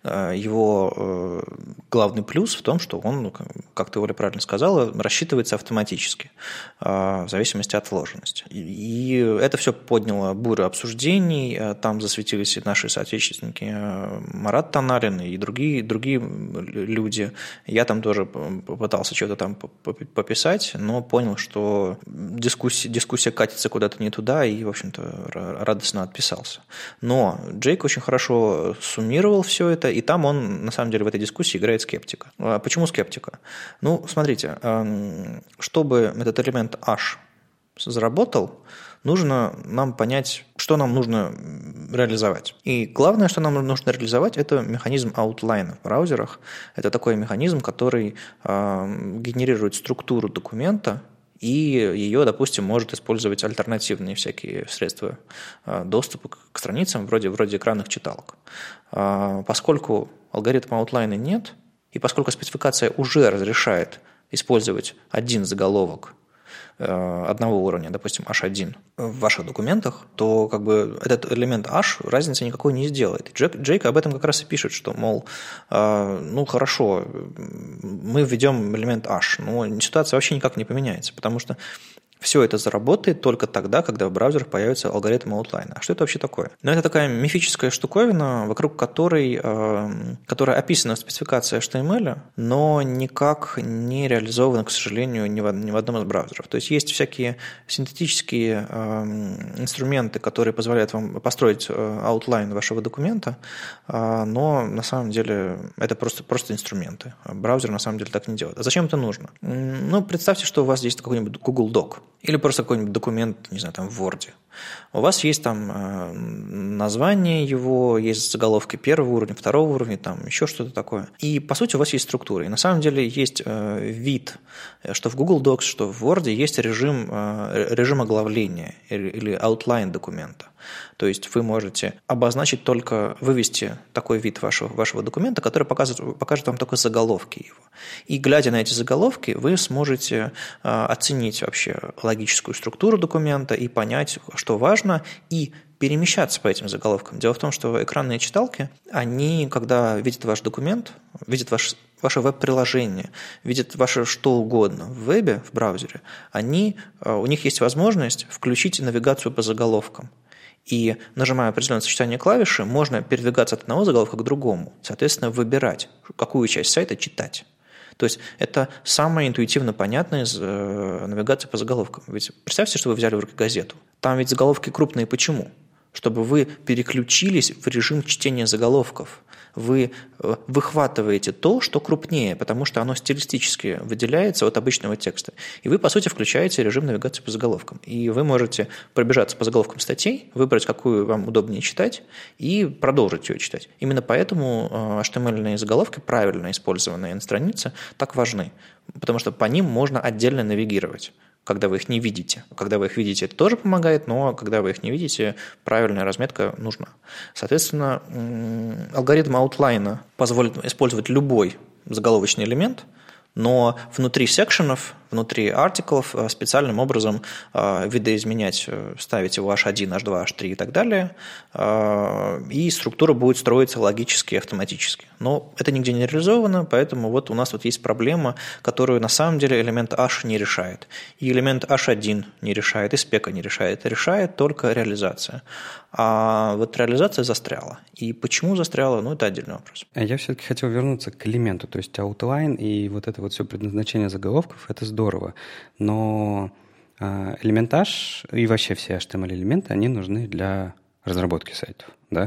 Его главный плюс в том, что он, как ты, Оля, правильно сказала, рассчитывается автоматически, в зависимости от вложенности. И это все подняло бурю обсуждений, там засветились и наши соотечественники Марат Танарин и другие, другие люди. Я там тоже попытался что-то там пописать, но понял, что дискуссия, дискуссия катится куда-то не туда, и, в общем-то, радостно отписался. Но Джейк очень хорошо суммировал все это, и там он, на самом деле, в этой дискуссии играет скептика. Почему скептика? Ну, смотрите, чтобы этот элемент Ash заработал, нужно нам понять, что нам нужно реализовать. И главное, что нам нужно реализовать, это механизм outline в браузерах. Это такой механизм, который генерирует структуру документа, и ее, допустим, может использовать альтернативные всякие средства доступа к страницам, вроде, вроде экранных читалок. Поскольку алгоритма аутлайна нет, и поскольку спецификация уже разрешает использовать один заголовок одного уровня, допустим, эйч один в ваших документах, то как бы этот элемент Ash разницы никакой не сделает. Джейк, Джейк об этом как раз и пишет, что, мол, э, ну хорошо, мы введем элемент Ash, но ситуация вообще никак не поменяется, потому что все это заработает только тогда, когда в браузерах появится алгоритм аутлайна. А что это вообще такое? Ну, это такая мифическая штуковина, вокруг которой, э, которая описана в спецификации эйч ти эм эль, но никак не реализована, к сожалению, ни в, ни в одном из браузеров. То есть есть всякие синтетические э, инструменты, которые позволяют вам построить аутлайн вашего документа, э, но на самом деле это просто, просто инструменты. Браузер на самом деле так не делает. А зачем это нужно? Ну, представьте, что у вас есть какой-нибудь Google Doc, или просто какой-нибудь документ, не знаю, там в Word. У вас есть там название его, есть заголовки первого уровня, второго уровня, там еще что-то такое. И, по сути, у вас есть структура. И на самом деле есть вид, что в Google Docs, что в Word есть режим, режим оглавления или outline документа. То есть вы можете обозначить только, вывести такой вид вашего, вашего документа, который покажет, покажет вам только заголовки его. И глядя на эти заголовки, вы сможете оценить вообще логическую структуру документа и понять, что важно, и перемещаться по этим заголовкам. Дело в том, что экранные читалки, они, когда видят ваш документ, видят ваш ваше веб-приложение, видят ваше что угодно в вебе, в браузере, они, у них есть возможность включить навигацию по заголовкам. И, нажимая определенное сочетание клавиши, можно передвигаться от одного заголовка к другому, соответственно, выбирать, какую часть сайта читать. То есть это самое интуитивно понятное из э, навигации по заголовкам. Ведь представьте, что вы взяли в руки газету. Там ведь заголовки крупные. Почему? Чтобы вы переключились в режим чтения заголовков. Вы выхватываете то, что крупнее, потому что оно стилистически выделяется от обычного текста. И вы, по сути, включаете режим навигации по заголовкам. И вы можете пробежаться по заголовкам статей, выбрать, какую вам удобнее читать, и продолжить ее читать. Именно поэтому эйч ти эм эль-ные заголовки, правильно использованные на странице, так важны. Потому что по ним можно отдельно навигировать, когда вы их не видите. Когда вы их видите, это тоже помогает, но когда вы их не видите, правильная разметка нужна. Соответственно, алгоритм аутлайна позволит использовать любой заголовочный элемент, но внутри секшенов, внутри артиклов специальным образом видоизменять, ставить его эйч один, эйч два, эйч три и так далее, и структура будет строиться логически и автоматически. Но это нигде не реализовано, поэтому вот у нас вот есть проблема, которую на самом деле элемент H не решает. И элемент эйч один не решает, и спека не решает. Решает только реализация. А вот реализация застряла. И почему застряла, ну, это отдельный вопрос. Я все-таки хотел вернуться к элементу, то есть outline и вот это вот все предназначение заголовков, это здорово. Но элемент H и вообще все эйч ти эм эль-элементы, они нужны для разработки сайтов, да?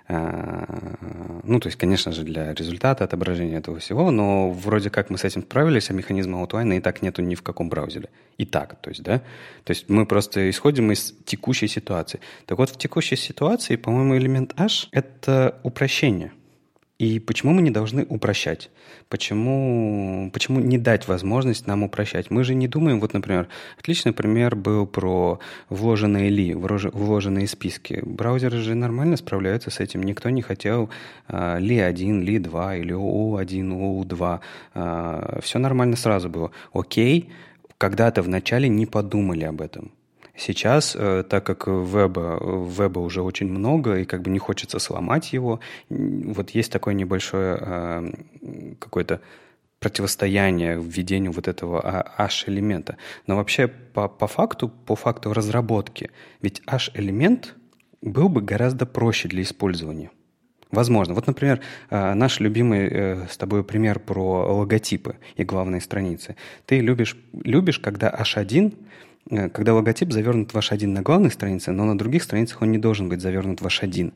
Ну, то есть, конечно же, для результата, отображения этого всего, но вроде как мы с этим справились, а механизма аутлайна и так нету ни в каком браузере. И так, то есть, да? То есть мы просто исходим из текущей ситуации. Так вот, в текущей ситуации, по-моему, элемент H — это упрощение. И почему мы не должны упрощать? Почему, почему не дать возможность нам упрощать? Мы же не думаем, вот, например, отличный пример был про вложенные ли, вложенные списки. Браузеры же нормально справляются с этим. Никто не хотел а, ли один, ли два или о о один, о о два. А, все нормально сразу было. Окей, когда-то вначале не подумали об этом. Сейчас, так как веба, веба уже очень много, и как бы не хочется сломать его, вот есть такое небольшое какое-то противостояние введению вот этого H-элемента. Но вообще по, по факту, по факту разработки, ведь H-элемент был бы гораздо проще для использования. Возможно. Вот, например, наш любимый с тобой пример про логотипы и главные страницы. Ты любишь, любишь когда эйч один... Когда логотип завернут в эйч один на главной странице, но на других страницах он не должен быть завернут в эйч один.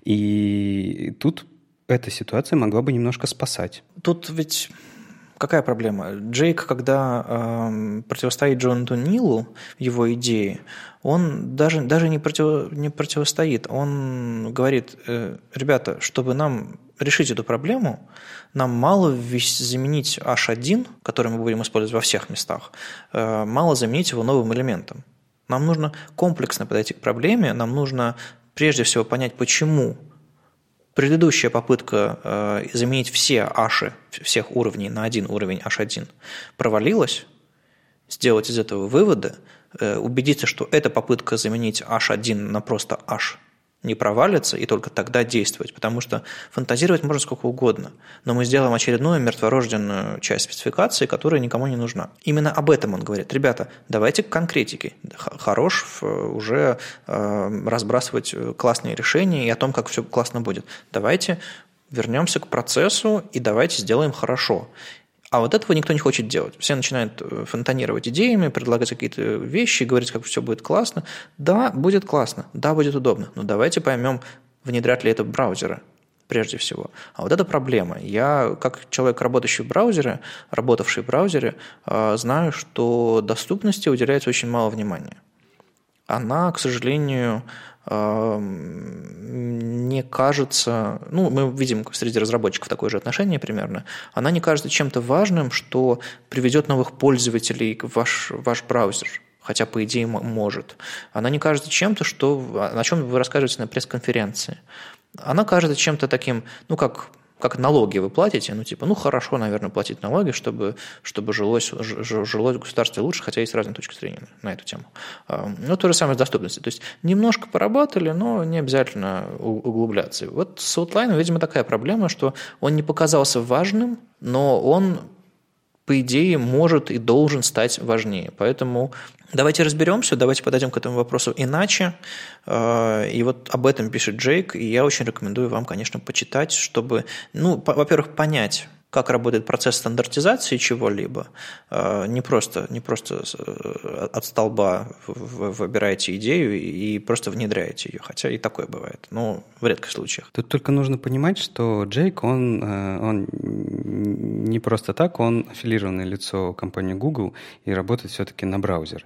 И тут эта ситуация могла бы немножко спасать. Тут ведь какая проблема? Джейк, когда э, противостоит Джонатану Нилу, его идее, он даже, даже не, против, не противостоит. Он говорит, э, ребята, чтобы нам решить эту проблему, нам мало заменить эйч один, который мы будем использовать во всех местах, э, мало заменить его новым элементом. Нам нужно комплексно подойти к проблеме, нам нужно прежде всего понять, почему предыдущая попытка э, заменить все аши всех уровней на один уровень эйч один провалилась, сделать из этого выводы, э, убедиться, что эта попытка заменить эйч один на просто H не провалится, и только тогда действовать, потому что фантазировать можно сколько угодно, но мы сделаем очередную мертворожденную часть спецификации, которая никому не нужна. Именно об этом он говорит. Ребята, давайте к конкретике. Хорош уже э, разбрасывать классные решения и о том, как все классно будет. Давайте вернемся к процессу и давайте сделаем хорошо. А вот этого никто не хочет делать. Все начинают фонтанировать идеями, предлагать какие-то вещи, говорить, как все будет классно. Да, будет классно, да, будет удобно, но давайте поймем, внедрят ли это браузеры прежде всего. А вот это проблема. Я, как человек, работающий в браузере, работавший в браузере, знаю, что доступности уделяется очень мало внимания. она, к сожалению, не кажется, ну, мы видим среди разработчиков такое же отношение примерно, она не кажется чем-то важным, что приведет новых пользователей в ваш, ваш браузер, хотя, по идее, может. Она не кажется чем-то, что, о чем вы расскажете на пресс-конференции. Она кажется чем-то таким, ну, как... как налоги вы платите, ну, типа, ну, хорошо, наверное, платить налоги, чтобы, чтобы жилось, жилось в государстве лучше, хотя есть разные точки зрения на эту тему. Ну, то же самое с доступностью. То есть, немножко поработали, но не обязательно углубляться. Вот с Outline, видимо, такая проблема, что он не показался важным, но он, по идее, может и должен стать важнее. Поэтому давайте разберемся, давайте подойдем к этому вопросу иначе. И вот об этом пишет Джейк, и я очень рекомендую вам, конечно, почитать, чтобы, ну, во-первых, понять, как работает процесс стандартизации чего-либо. Не просто, не просто от столба вы выбираете идею и просто внедряете ее, хотя и такое бывает, но в редких случаях. Тут только нужно понимать, что Джейк, он, он не просто так, он аффилированное лицо компании Google и работает все-таки на браузер.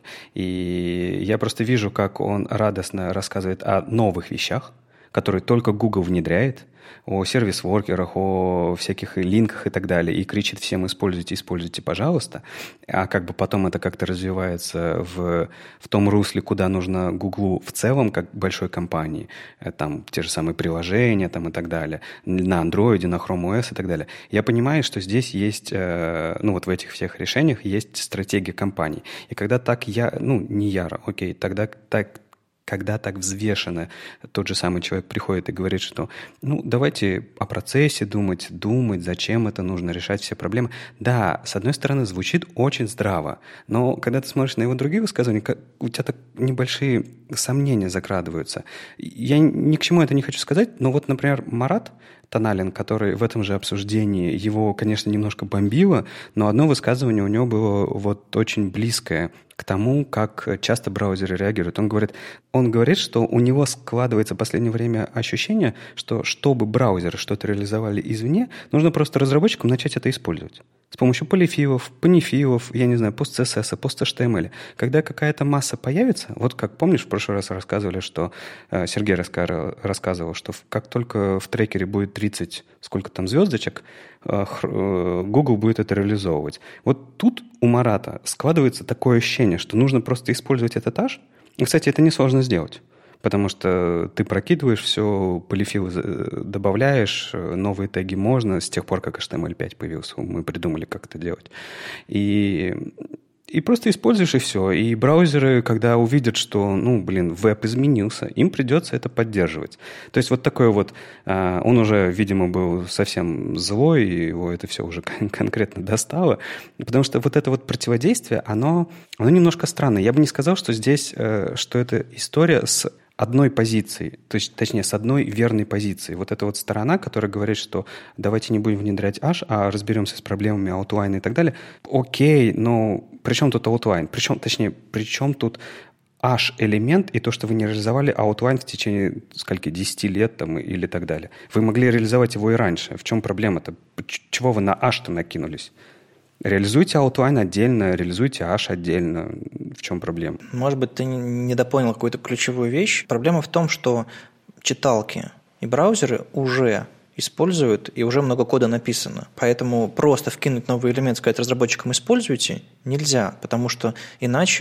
И я просто вижу, как он радостно рассказывает о новых вещах, которые только Google внедряет, о сервис-воркерах, о всяких линках и так далее, и кричит всем «используйте, используйте, пожалуйста», а как бы потом это как-то развивается в, в том русле, куда нужно Гуглу в целом, как большой компании, там те же самые приложения там, и так далее, на Android, на Chrome о эс и так далее. Я понимаю, что здесь есть, ну вот в этих всех решениях есть стратегия компании. И когда так я, ну не яро, окей, тогда так когда так взвешенно тот же самый человек приходит и говорит, что ну, давайте о процессе думать, думать, зачем это нужно, решать все проблемы. Да, с одной стороны, звучит очень здраво, но когда ты смотришь на его другие высказывания, у тебя так небольшие сомнения закрадываются. Я ни к чему это не хочу сказать, но вот, например, Марат Тоналин, который в этом же обсуждении, его, конечно, немножко бомбило, но одно высказывание у него было вот очень близкое к тому, как часто браузеры реагируют. Он говорит, он говорит, что у него складывается в последнее время ощущение, что чтобы браузеры что-то реализовали извне, нужно просто разработчикам начать это использовать. С помощью полифилов, панифилов, я не знаю, пост-си эс эс, пост-эйч ти эм эль. Когда какая-то масса появится, вот как помнишь, в прошлый раз рассказывали, что э, Сергей рассказывал, что как только в трекере будет тридцать, сколько там звездочек, э, э, Google будет это реализовывать. Вот тут у Марата складывается такое ощущение, что нужно просто использовать этот аж. И, кстати, это несложно сделать. Потому что ты прокидываешь все, полифилы добавляешь, новые теги можно. С тех пор, как эйч ти эм эль пять появился, мы придумали, как это делать. И, и просто используешь, и все. И браузеры, когда увидят, что, ну, блин, веб изменился, им придется это поддерживать. То есть вот такой вот... Он уже, видимо, был совсем злой, и его это все уже конкретно достало. Потому что вот это вот противодействие, оно, оно немножко странное. Я бы не сказал, что здесь, что это история с... одной позиции, то есть, точнее, с одной верной позиции. Вот эта вот сторона, которая говорит, что давайте не будем внедрять аш, а разберемся с проблемами Outline и так далее. Окей, но при чем тут Outline? Причем, точнее, при чем тут аш-элемент и то, что вы не реализовали Outline в течение, скольки, десяти лет там, или так далее. Вы могли реализовать его и раньше. В чем проблема-то? Чего вы на аш-то накинулись? Реализуйте Outline отдельно, реализуйте аш отдельно. В чем проблема? Может быть, ты недопонял какую-то ключевую вещь. Проблема в том, что читалки и браузеры уже используют, и уже много кода написано. Поэтому просто вкинуть новый элемент, сказать разработчикам «используйте» нельзя, потому что иначе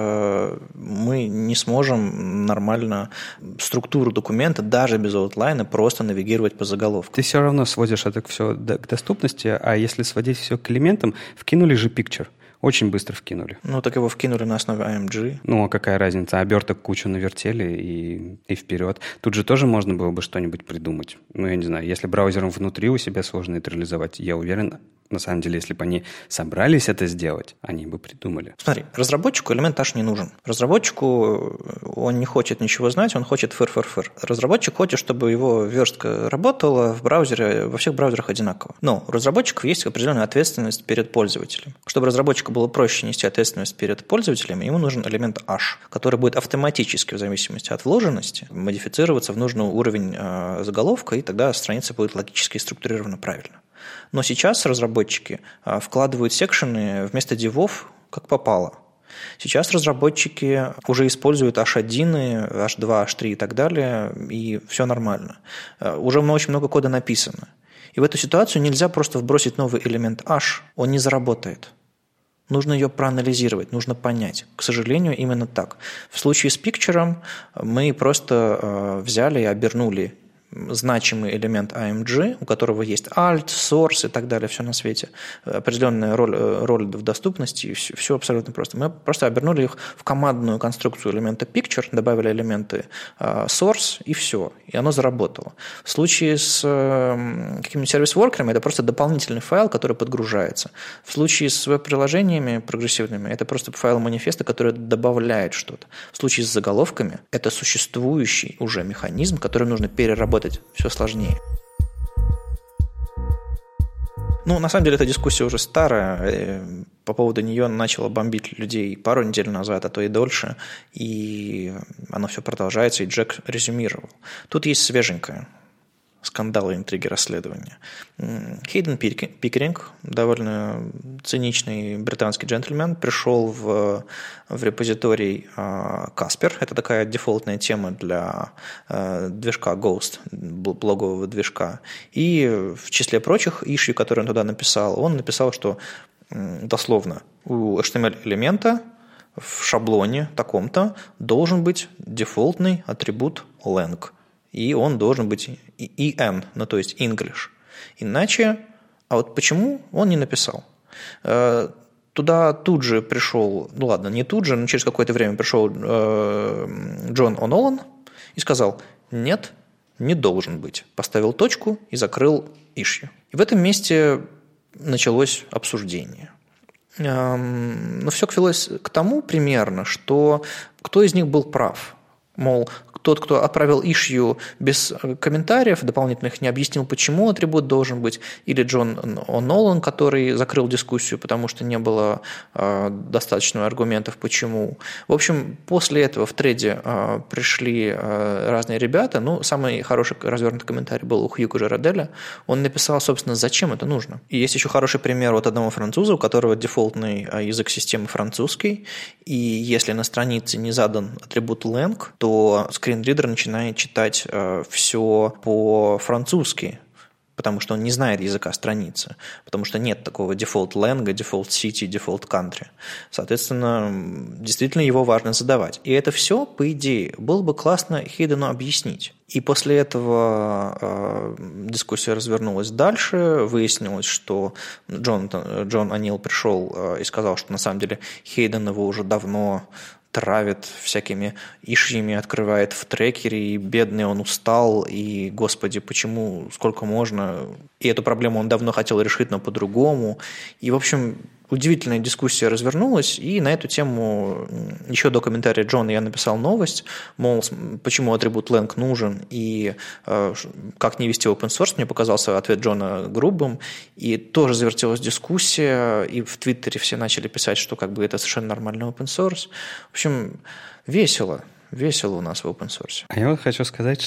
э, мы не сможем нормально структуру документа, даже без Outline, просто навигировать по заголовку. Ты все равно сводишь это все к доступности, а если сводить все к элементам, вкинули же picture. Очень быстро вкинули. Ну, так его вкинули на основе эй эм джи. Ну, а какая разница? Оберток кучу навертели и, и вперед. Тут же тоже можно было бы что-нибудь придумать. Ну, я не знаю, если браузером внутри у себя сложно это реализовать, я уверен, на самом деле, если бы они собрались это сделать, они бы придумали. Смотри, разработчику элемент аш не нужен. Разработчику он не хочет ничего знать, он хочет фыр-фыр-фыр. Разработчик хочет, чтобы его верстка работала в браузере, во всех браузерах одинаково. Но у разработчиков есть определенная ответственность перед пользователем. Чтобы разработчику было проще нести ответственность перед пользователем, ему нужен элемент аш, который будет автоматически, в зависимости от вложенности, модифицироваться в нужный уровень э, заголовка, и тогда страница будет логически структурирована правильно. Но сейчас разработчики вкладывают секшены вместо дивов как попало. Сейчас разработчики уже используют эйч один, эйч два, эйч три и так далее, и все нормально. Уже очень много кода написано. И в эту ситуацию нельзя просто вбросить новый элемент hash, он не заработает. Нужно ее проанализировать, нужно понять. К сожалению, именно так. В случае с Picture мы просто взяли и обернули значимый элемент эй эм джи, у которого есть alt, source и так далее, все на свете, определенная роль, роль в доступности, и все, все абсолютно просто. Мы просто обернули их в командную конструкцию элемента picture, добавили элементы source, и все, и оно заработало. В случае с какими-нибудь сервис-воркерами это просто дополнительный файл, который подгружается. В случае с веб-приложениями прогрессивными это просто файл манифеста, который добавляет что-то. В случае с заголовками это существующий уже механизм, который нужно переработать. Все сложнее. Ну, на самом деле, эта дискуссия уже старая. По поводу нее начало бомбить людей пару недель назад, а то и дольше. И оно все продолжается, и Джек резюмировал. Тут есть свеженькое. Скандалы, интриги, расследования. Хейден Пикеринг, довольно циничный британский джентльмен, пришел в, в репозиторий Casper. Это такая дефолтная тема для движка Ghost, блогового движка. И в числе прочих issue, которые он туда написал, он написал, что дословно у эйч ти эм эль-элемента в шаблоне таком-то должен быть дефолтный атрибут lang. И он должен быть и эн, ну то есть English. Иначе, а вот почему он не написал? Туда тут же пришел, ну ладно, не тут же, но через какое-то время пришел Джон О'Нолан и сказал, нет, не должен быть. Поставил точку и закрыл issue. И в этом месте началось обсуждение. Но все свелось к тому примерно, что кто из них был прав. Мол, тот, кто отправил issue без комментариев дополнительных, не объяснил, почему атрибут должен быть, или Джон О'Нолан, который закрыл дискуссию, потому что не было э, достаточно аргументов, почему. В общем, после этого в треде э, пришли э, разные ребята. Ну, самый хороший развернутый комментарий был у Хьюго Жараделя. Он написал, собственно, зачем это нужно. И есть еще хороший пример от одного француза, у которого дефолтный язык системы французский, и если на странице не задан атрибут lang, то скрин ридер начинает читать э, все по-французски, потому что он не знает языка страницы, потому что нет такого default lang, default city, default country. Соответственно, действительно его важно задавать. И это все, по идее, было бы классно Хейдену объяснить. И после этого э, дискуссия развернулась дальше, выяснилось, что Джон, Джон О'Нил пришел э, и сказал, что на самом деле Хейден его уже давно травит всякими ишьями, открывает в трекере, и бедный он устал, и, господи, почему, сколько можно, и эту проблему он давно хотел решить, но по-другому, и, в общем, удивительная дискуссия развернулась, и на эту тему еще до комментария Джона я написал новость, мол, почему атрибут lang нужен, и э, как не вести open source, мне показался ответ Джона грубым, и тоже завертелась дискуссия, и в Твиттере все начали писать, что как бы это совершенно нормальный open source. В общем, весело, весело у нас в open source. А я вот хочу сказать,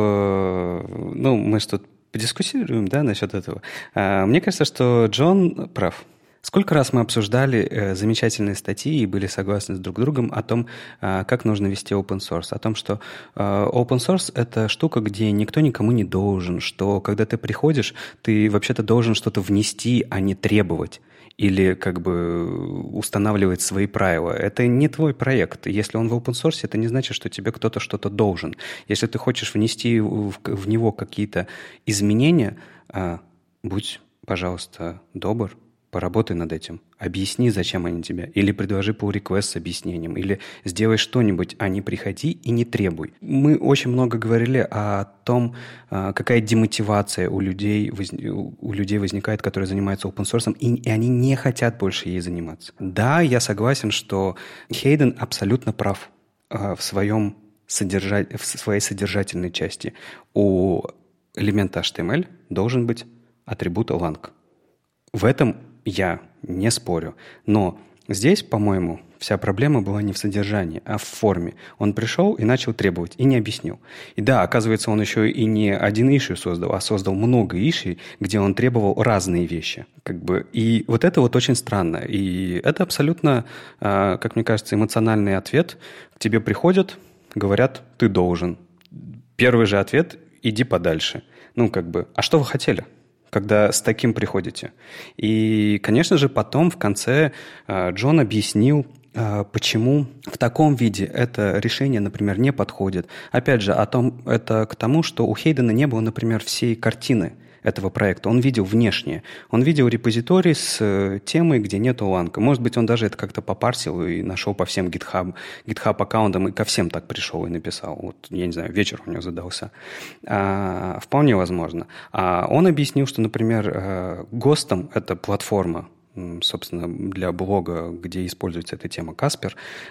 что, ну, мы же тут подискуссируем, да, насчет этого. А, мне кажется, что Джон прав. Сколько раз мы обсуждали э, замечательные статьи и были согласны с друг другом о том, э, как нужно вести open source, о том, что э, open source – это штука, где никто никому не должен, что когда ты приходишь, ты вообще-то должен что-то внести, а не требовать или как бы устанавливать свои правила. Это не твой проект. Если он в open source, это не значит, что тебе кто-то что-то должен. Если ты хочешь внести в, в него какие-то изменения, э, будь, пожалуйста, добр, поработай над этим, объясни, зачем они тебе, или предложи pull request с объяснением, или сделай что-нибудь, а не приходи и не требуй. Мы очень много говорили о том, какая демотивация у людей, у людей возникает, которые занимаются open source, и они не хотят больше ей заниматься. Да, я согласен, что Хейден абсолютно прав в, своем содержа... в своей содержательной части. У элемента эйч ти эм эль должен быть атрибут lang. В этом я не спорю. Но здесь, по-моему, Вся проблема была не в содержании, а в форме. Он пришел и начал требовать, и не объяснил. И да, оказывается, он еще и не один issue создал, а создал много issue, где он требовал разные вещи. Как бы. И вот это вот очень странно. И это абсолютно, как мне кажется, эмоциональный ответ. К тебе приходят, говорят, ты должен. Первый же ответ – иди подальше. Ну, как бы, а что вы хотели, когда с таким приходите? И, конечно же, потом в конце Джон объяснил, почему в таком виде это решение, например, не подходит. Опять же, о том, это к тому, что у Хейдена не было, например, всей картины этого проекта. Он видел внешнее. Он видел репозиторий с темой, где нет Оланка. Может быть, он даже это как-то попарсил и нашел по всем GitHub, GitHub аккаунтам и ко всем так пришел и написал. Вот, я не знаю, вечер у него задался. А, вполне возможно. А он объяснил, что, например, ГОСТом, это платформа, собственно, для блога, где используется эта тема Каспер,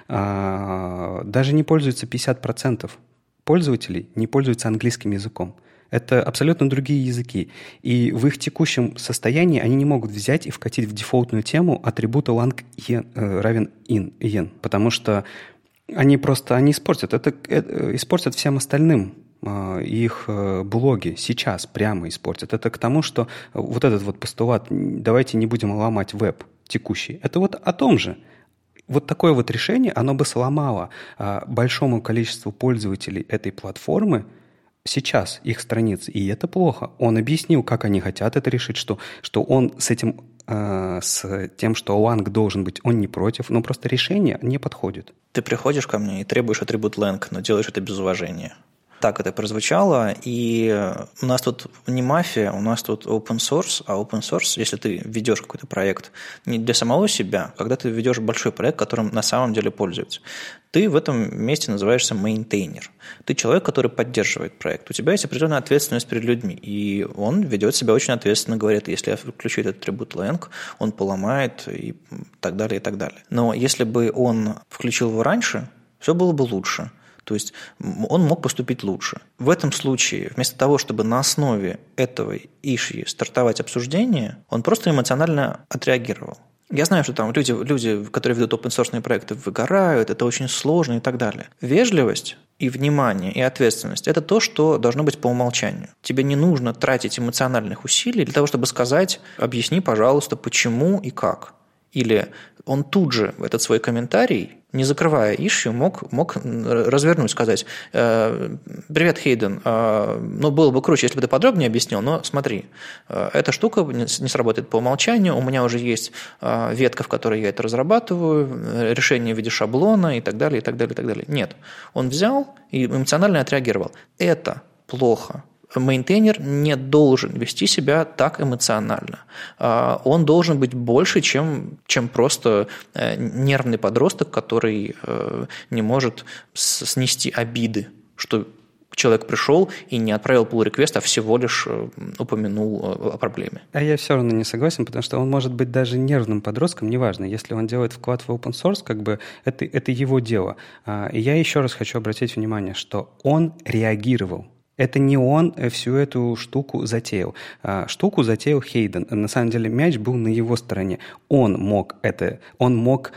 даже не пользуется пятьдесят процентов пользователей, не пользуются английским языком. Это абсолютно другие языки. И в их текущем состоянии они не могут взять и вкатить в дефолтную тему атрибута lang равен in, yen, потому что они просто они испортят. Это, это испортят всем остальным. Их блоги сейчас прямо испортят. Это к тому, что вот этот вот постулат «давайте не будем ломать веб текущий», это вот о том же. Вот такое вот решение, оно бы сломало большому количеству пользователей этой платформы сейчас их страницы, и это плохо. Он объяснил, как они хотят это решить, что, что он с этим, э, с тем, что lang должен быть, он не против, но просто решение не подходит. Ты приходишь ко мне и требуешь атрибут lang, но делаешь это без уважения. Так это прозвучало, и у нас тут не мафия, у нас тут open source, а open source, если ты ведешь какой-то проект не для самого себя, когда ты ведешь большой проект, которым на самом деле пользуются, ты в этом месте называешься мейнтейнер. Ты человек, который поддерживает проект. У тебя есть определенная ответственность перед людьми, и он ведет себя очень ответственно, говорит, если я включу этот атрибут lang, он поломает и так далее, и так далее. Но если бы он включил его раньше, все было бы лучше. То есть он мог поступить лучше. В этом случае, вместо того, чтобы на основе этого иши стартовать обсуждение, он просто эмоционально отреагировал. Я знаю, что там люди, люди, которые ведут open-source проекты, выгорают, это очень сложно и так далее. Вежливость и внимание, и ответственность – это то, что должно быть по умолчанию. Тебе не нужно тратить эмоциональных усилий для того, чтобы сказать, объясни, пожалуйста, почему и как. Или он тут же этот свой комментарий, не закрывая issue, мог, мог развернуть, сказать, привет, Хейден, ну, было бы круче, если бы ты подробнее объяснил, но смотри, эта штука не сработает по умолчанию, у меня уже есть ветка, в которой я это разрабатываю, решение в виде шаблона и так далее, и так далее, и так далее. Нет, он взял и эмоционально отреагировал. Это плохо. Мейнтейнер не должен вести себя так эмоционально. Он должен быть больше, чем, чем просто нервный подросток, который не может снести обиды, что человек пришел и не отправил pull-request, а всего лишь упомянул о проблеме. А я все равно не согласен, потому что он может быть даже нервным подростком, неважно. Если он делает вклад в open source, как бы это, это его дело. И я еще раз хочу обратить внимание, что он реагировал. Это не он всю эту штуку затеял. Штуку затеял Хейден. На самом деле мяч был на его стороне. Он мог это, он мог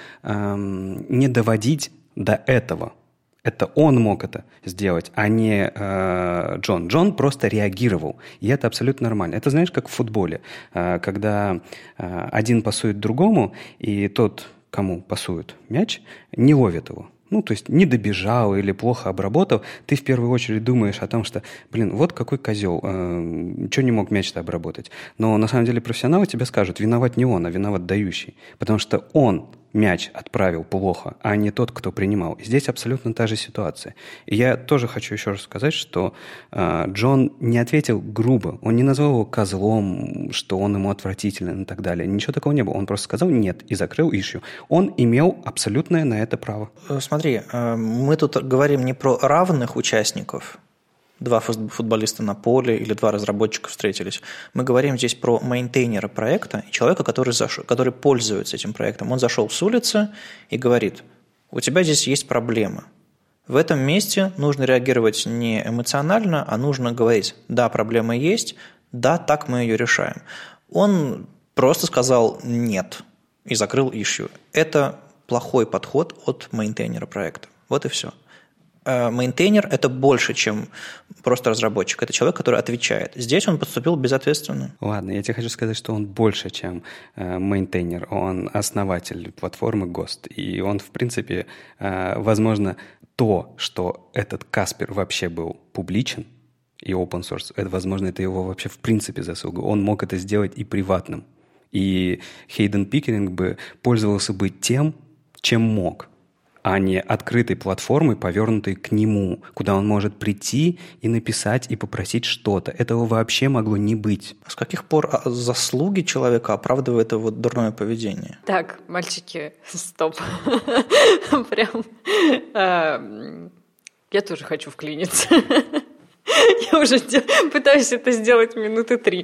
эм, не доводить до этого. Это он мог это сделать, а не э, Джон. Джон просто реагировал, и это абсолютно нормально. Это знаешь, как в футболе, э, когда э, один пасует другому, и тот, кому пасует мяч, не ловит его. Ну, то есть не добежал или плохо обработал, ты в первую очередь думаешь о том, что, блин, вот какой козел, э, что не мог мяч-то обработать. Но на самом деле профессионалы тебе скажут, виноват не он, а виноват дающий. Потому что он мяч отправил плохо, а не тот, кто принимал. И здесь абсолютно та же ситуация. И я тоже хочу еще раз сказать, что э, Джон не ответил грубо, он не назвал его козлом, что он ему отвратителен и так далее. Ничего такого не было. Он просто сказал нет и закрыл issue. Он имел абсолютное на это право. Смотри, мы тут говорим не про равных участников, два футболиста на поле или два разработчика встретились. Мы говорим здесь про мейнтейнера проекта, человека, который, зашел, который пользуется этим проектом. Он зашел с улицы и говорит, у тебя здесь есть проблема. В этом месте нужно реагировать не эмоционально, а нужно говорить, да, проблема есть, да, так мы ее решаем. Он просто сказал нет и закрыл issue. Это плохой подход от мейнтейнера проекта. Вот и все. Мейнтейнер – это больше, чем просто разработчик. Это человек, который отвечает. Здесь он поступил безответственно. Ладно, я тебе хочу сказать, что он больше, чем мейнтейнер. Он основатель платформы гост. И он, в принципе, э, возможно, то, что этот Каспер вообще был публичен и open source, это, возможно, это его вообще в принципе заслуга. Он мог это сделать и приватным. И Хейден Пикеринг бы пользовался бы тем, чем мог, а не открытой платформой, повернутой к нему, куда он может прийти и написать, и попросить что-то. Этого вообще могло не быть. С каких пор заслуги человека оправдывают его дурное поведение? Так, мальчики, стоп. Прям... Я тоже хочу вклиниться. Я уже пытаюсь это сделать минуты три.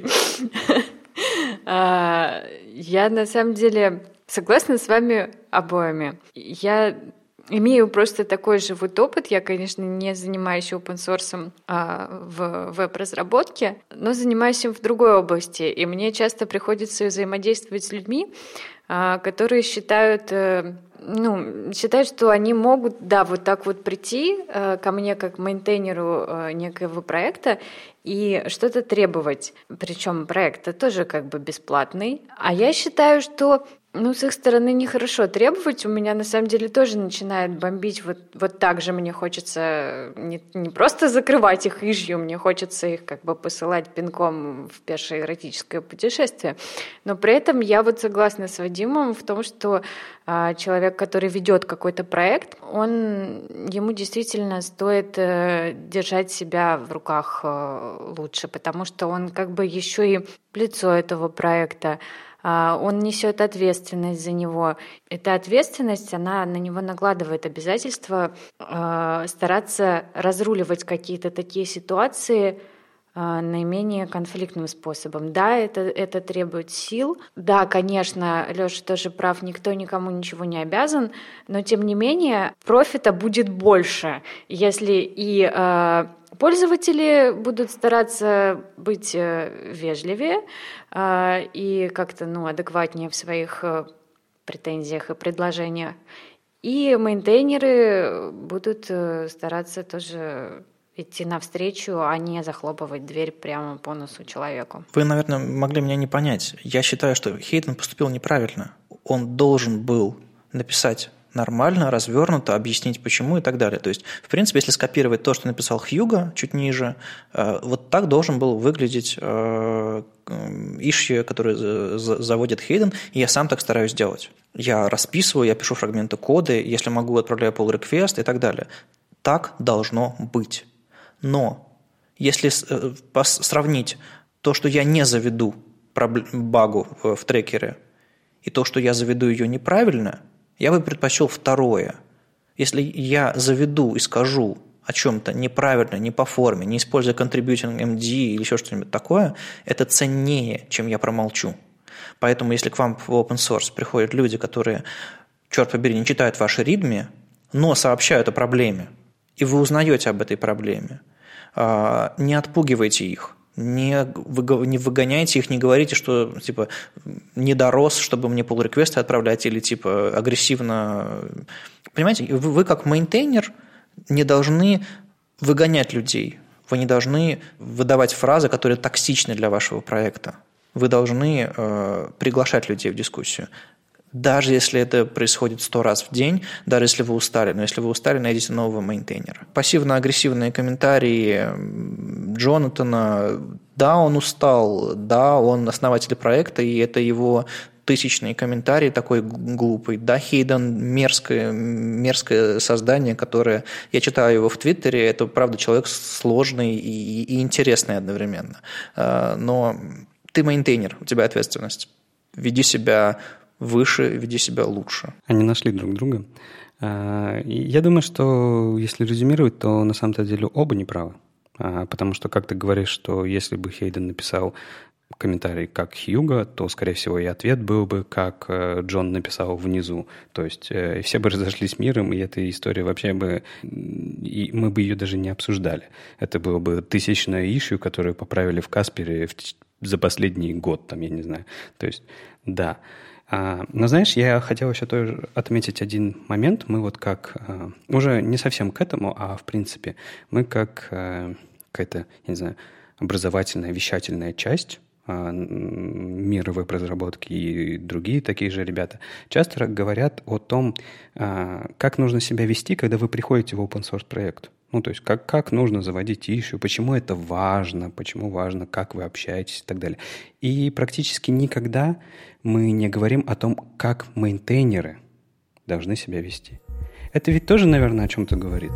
Я на самом деле согласна с вами обоими. Я имею просто такой же вот опыт. Я, конечно, не занимаюсь open-source а, в веб-разработке, но занимаюсь им в другой области. И мне часто приходится взаимодействовать с людьми, а, которые считают, ну, считают, что они могут, да, вот так вот прийти а, ко мне как мейнтейнеру а, некоего проекта и что-то требовать. Причем проект тоже как бы бесплатный. А я считаю, что ну, с их стороны нехорошо требовать. У меня на самом деле тоже начинает бомбить. Вот, вот так же мне хочется не, не просто закрывать их ижью, мне хочется их как бы посылать пинком в пешее эротическое путешествие. Но при этом я вот согласна с Вадимом в том, что а, человек, который ведет какой-то проект, он, ему действительно стоит а, держать себя в руках а, лучше, потому что он как бы еще и лицо этого проекта. Он несет ответственность за него. Эта ответственность, она на него накладывает обязательство э, стараться разруливать какие-то такие ситуации э, наименее конфликтным способом. Да, это, это требует сил. Да, конечно, Лёша тоже прав, никто никому ничего не обязан, но тем не менее профита будет больше, если и э, пользователи будут стараться быть вежливее и как-то ну, адекватнее в своих претензиях и предложениях. И мейнтейнеры будут стараться тоже идти навстречу, а не захлопывать дверь прямо по носу человеку. Вы, наверное, могли меня не понять. Я считаю, что Хейден поступил неправильно. Он должен был написать нормально, развернуто, объяснить почему и так далее. То есть, в принципе, если скопировать то, что написал Хьюго чуть ниже, вот так должен был выглядеть issue, который заводит Хейден, и я сам так стараюсь делать. Я расписываю, я пишу фрагменты кода, если могу, отправляю pull request и так далее. Так должно быть. Но если сравнить то, что я не заведу багу в трекере, и то, что я заведу ее неправильно, я бы предпочел второе. Если я заведу и скажу о чем-то неправильно, не по форме, не используя contributing эм ди или еще что-нибудь такое, это ценнее, чем я промолчу. Поэтому если к вам в open source приходят люди, которые, черт побери, не читают ваши ридми, но сообщают о проблеме, и вы узнаете об этой проблеме, не отпугивайте их. Не, вы, не выгоняйте их, не говорите, что типа не дорос, чтобы мне pull-реквесты отправлять, или типа агрессивно. Понимаете, вы, вы как мейнтейнер не должны выгонять людей. Вы не должны выдавать фразы, которые токсичны для вашего проекта. Вы должны э, приглашать людей в дискуссию. Даже если это происходит сто раз в день, даже если вы устали. Но если вы устали, найдите нового мейнтейнера. Пассивно-агрессивные комментарии Джонатана. Да, он устал, да, он основатель проекта, и это его тысячный комментарий такой глупый. Да, Хейден мерзкое, мерзкое создание, которое... Я читаю его в Твиттере, это, правда, человек сложный и, и интересный одновременно. Но ты мейнтейнер, у тебя ответственность. Веди себя выше, веди себя лучше. Они нашли друг друга. Я думаю, что если резюмировать, то на самом-то деле оба неправы. Потому что, как ты говоришь, что если бы Хейден написал комментарий как Хьюго, то, скорее всего, и ответ был бы, как Джон написал внизу. То есть все бы разошлись миром, и эта история вообще бы... И мы бы ее даже не обсуждали. Это было бы тысячное issue, которое поправили в Каспере за последний год, там, я не знаю. То есть, да. А, но, знаешь, я хотел еще тоже отметить один момент. Мы вот как, а, уже не совсем к этому, а в принципе, мы как а, какая-то, я не знаю, образовательная, вещательная часть а, мира веб-разработки и другие такие же ребята часто говорят о том, а, как нужно себя вести, когда вы приходите в open-source проект. Ну, то есть, как, как нужно заводить issue, почему это важно, почему важно, как вы общаетесь и так далее. И практически никогда мы не говорим о том, как мейнтейнеры должны себя вести. Это ведь тоже, наверное, о чем-то говорит.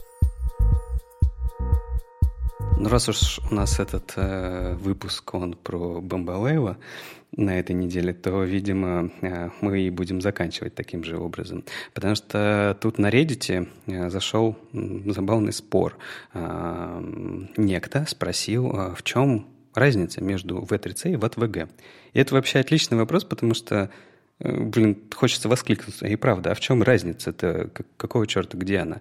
Ну, раз уж у нас этот э, выпуск, он про Бамбалейла на этой неделе, то, видимо, э, мы и будем заканчивать таким же образом. Потому что тут на Reddit э, зашел забавный спор. Э, некто спросил, э, в чем разница между ви три си и ви ти ви. И это вообще отличный вопрос, потому что блин, хочется воскликнуть. И правда, а в чем разница-то? Какого черта, где она?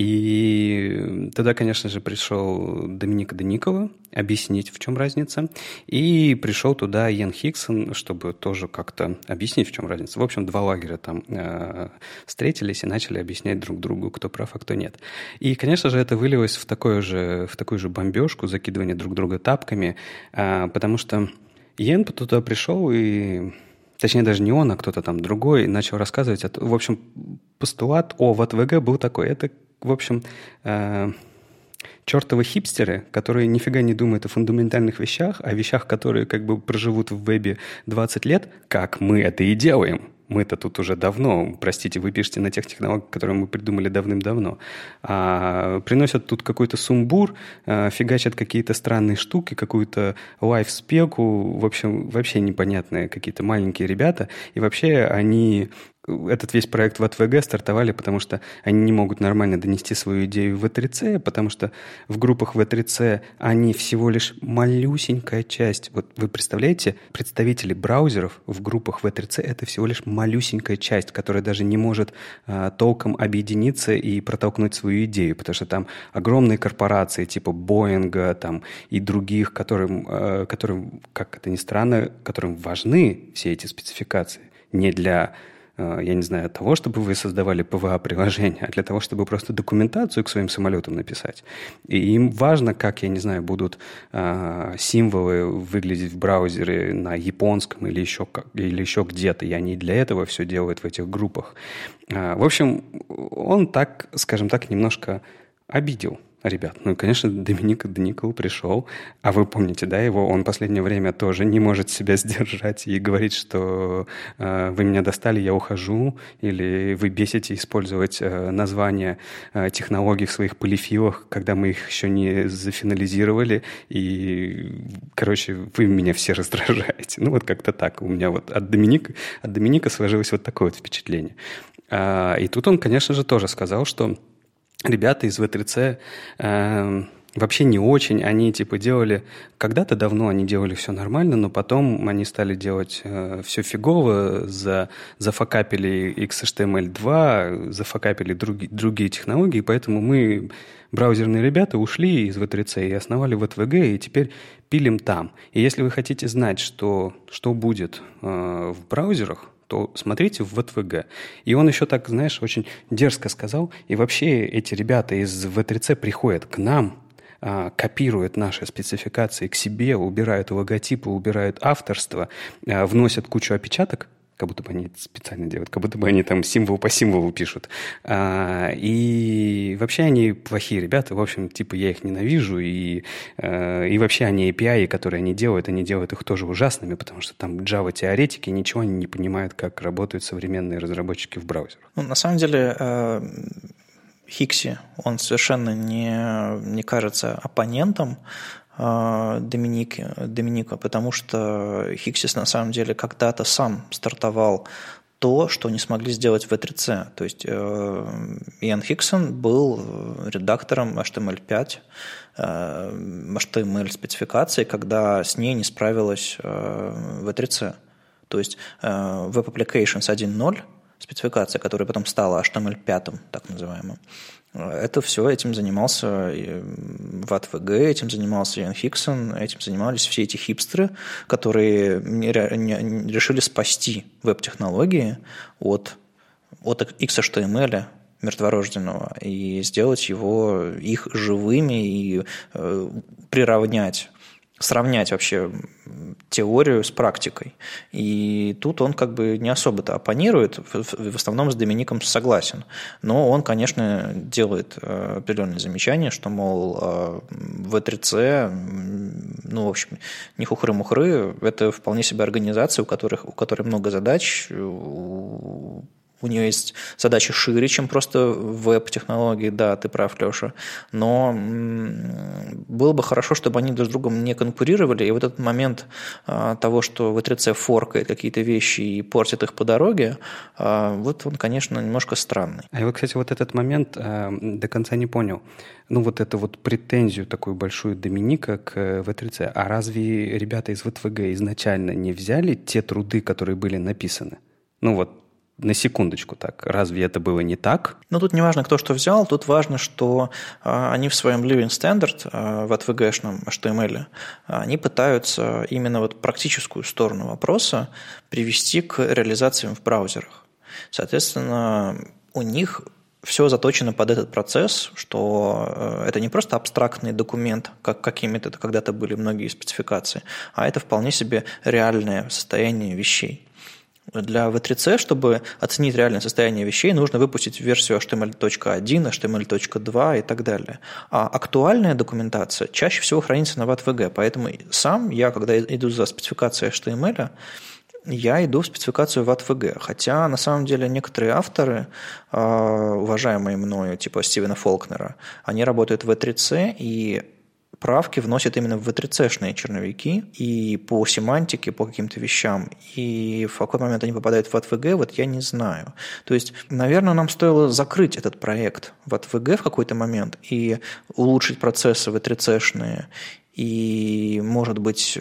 И тогда, конечно же, пришел Доминика Деникова объяснить, в чем разница. И пришел туда Иэн Хигсон, чтобы тоже как-то объяснить, в чем разница. В общем, два лагеря там э, встретились и начали объяснять друг другу, кто прав, а кто нет. И, конечно же, это вылилось в, такое же, в такую же бомбежку, закидывание друг друга тапками, э, потому что Иэн туда пришел и... Точнее, даже не он, а кто-то там другой начал рассказывать. В общем, постулат о ви ти ви был такой. Это, в общем, э, чертовы хипстеры, которые нифига не думают о фундаментальных вещах, о вещах, которые как бы проживут в вебе двадцать лет, как мы это и делаем. Мы-то тут уже давно, простите, вы пишете на тех технологиях, которые мы придумали давным-давно. А приносят тут какой-то сумбур, а, фигачат какие-то странные штуки, какую-то лайфспеку, в общем, вообще непонятные какие-то маленькие ребята. И вообще они... Этот весь проект ви ти ви стартовали, потому что они не могут нормально донести свою идею в ви три си, потому что в группах ви три си они всего лишь малюсенькая часть. Вот вы представляете, представители браузеров в группах ви три си это всего лишь малюсенькая часть, которая даже не может а, толком объединиться и протолкнуть свою идею, потому что там огромные корпорации типа Боинга там, и других, которым, а, которым, как это ни странно, которым важны все эти спецификации. Не для... я не знаю, того, чтобы вы создавали пи ви эй-приложение, а для того, чтобы просто документацию к своим самолетам написать. И им важно, как, я не знаю, будут э, символы выглядеть в браузере на японском или еще, как, или еще где-то. И они для этого все делают в этих группах. Э, в общем, он так, скажем так, немножко обидел ребят. Ну и, конечно, Доминика Деникова пришел, а вы помните, да, его, он в последнее время тоже не может себя сдержать и говорит, что э, вы меня достали, я ухожу, или вы бесите использовать э, названия э, технологий в своих полифилах, когда мы их еще не зафинализировали, и, короче, вы меня все раздражаете. Ну вот как-то так у меня вот от Доминика, от Доминика сложилось вот такое вот впечатление. А, и тут он, конечно же, тоже сказал, что ребята из ви три си э, вообще не очень, они типа делали, когда-то давно они делали все нормально, но потом они стали делать э, все фигово, за, зафакапили икс эйч ти эм эль два, зафакапили други, другие технологии, поэтому мы, браузерные ребята, ушли из ви три си и основали ви ти ви, и теперь пилим там. И если вы хотите знать, что, что будет э, в браузерах, то смотрите в ви ти ви. И он еще так, знаешь, очень дерзко сказал, и вообще эти ребята из ви три си приходят к нам, а, копируют наши спецификации к себе, убирают логотипы, убирают авторство, а, вносят кучу опечаток, как будто бы они это специально делают, как будто бы они там символ по символу пишут. А, и вообще они плохие ребята, в общем, типа я их ненавижу, и, а, и вообще они эй пи ай, которые они делают, они делают их тоже ужасными, потому что там Java-теоретики, ничего они не понимают, как работают современные разработчики в браузерах. Ну, на самом деле, Хикси, он совершенно не, не кажется оппонентом Доминики, Доминика, потому что Хиксис на самом деле когда-то сам стартовал то, что не смогли сделать в ви три си. То есть Иэн Хигсон был редактором эйч ти эм эль пять, эйч ти эм эль-спецификации, когда с ней не справилась ви три си. То есть Web Applications один ноль, спецификация, которая потом стала эйч ти эм эль пять, так называемым, это все, этим занимался ват ви джи, этим занимался Ян Хиксон, этим занимались все эти хипстеры, которые решили спасти веб-технологии от, от икс эйч ти эм эл мертворожденного и сделать его их живыми и э, приравнять, сравнять вообще теорию с практикой. И тут он как бы не особо-то оппонирует, в основном с Домиником согласен. Но он, конечно, делает определенные замечания, что, мол, ви три си, ну, в общем, не хухры-мухры, это вполне себе организация, у, которых, у которой много задач, у нее есть задачи шире, чем просто веб-технологии, да, ты прав, Леша, но было бы хорошо, чтобы они друг с другом не конкурировали, и вот этот момент того, что ви три си форкает какие-то вещи и портит их по дороге, вот он, конечно, немножко странный. А я, кстати, вот этот момент до конца не понял. Ну, вот эту вот претензию такую большую Доминика к ви три си. А разве ребята из ви ти джи изначально не взяли те труды, которые были написаны? Ну, вот на секундочку так. Разве это было не так? Ну, тут не важно, кто что взял. Тут важно, что а, они в своем Living Standard а, в ви ти джи-шном эйч ти эм эл а, они пытаются именно вот практическую сторону вопроса привести к реализациям в браузерах. Соответственно, у них все заточено под этот процесс, что это не просто абстрактный документ, как какими-то когда-то были многие спецификации, а это вполне себе реальное состояние вещей. Для ви три си, чтобы оценить реальное состояние вещей, нужно выпустить версию эйч ти эм эл точка один, эйч ти эм эл точка два и так далее. А актуальная документация чаще всего хранится на ви ти джи, поэтому сам я, когда иду за спецификацией эйч ти эм эл, я иду в спецификацию ви ти джи. Хотя, на самом деле, некоторые авторы, уважаемые мною, типа Стивена Фолкнера, они работают в ви три си и правки вносят именно в ви три си-шные черновики и по семантике, по каким-то вещам. И в какой момент они попадают в ви ти джи, вот я не знаю. То есть, наверное, нам стоило закрыть этот проект ви ти джи в какой-то момент и улучшить процессы ви три си-шные и, может быть,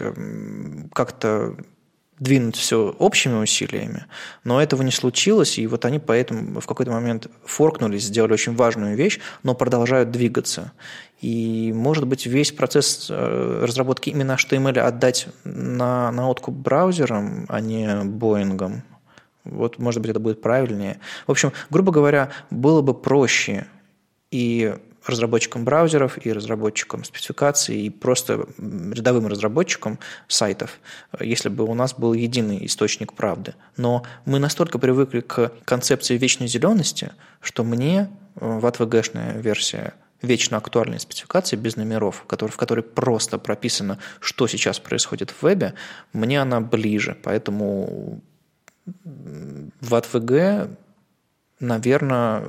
как-то двинуть все общими усилиями, но этого не случилось, и вот они поэтому в какой-то момент форкнулись, сделали очень важную вещь, но продолжают двигаться. И, может быть, весь процесс разработки именно эйч ти эм эл отдать на, на откуп браузерам, а не Боингам. Вот, может быть, это будет правильнее. В общем, грубо говоря, было бы проще и разработчикам браузеров, и разработчикам спецификаций, и просто рядовым разработчикам сайтов, если бы у нас был единый источник правды. Но мы настолько привыкли к концепции вечной зелености, что мне ви ти джи-шная версия вечно актуальной спецификации без номеров, в которой просто прописано, что сейчас происходит в вебе, мне она ближе. Поэтому ви ти джи, наверное,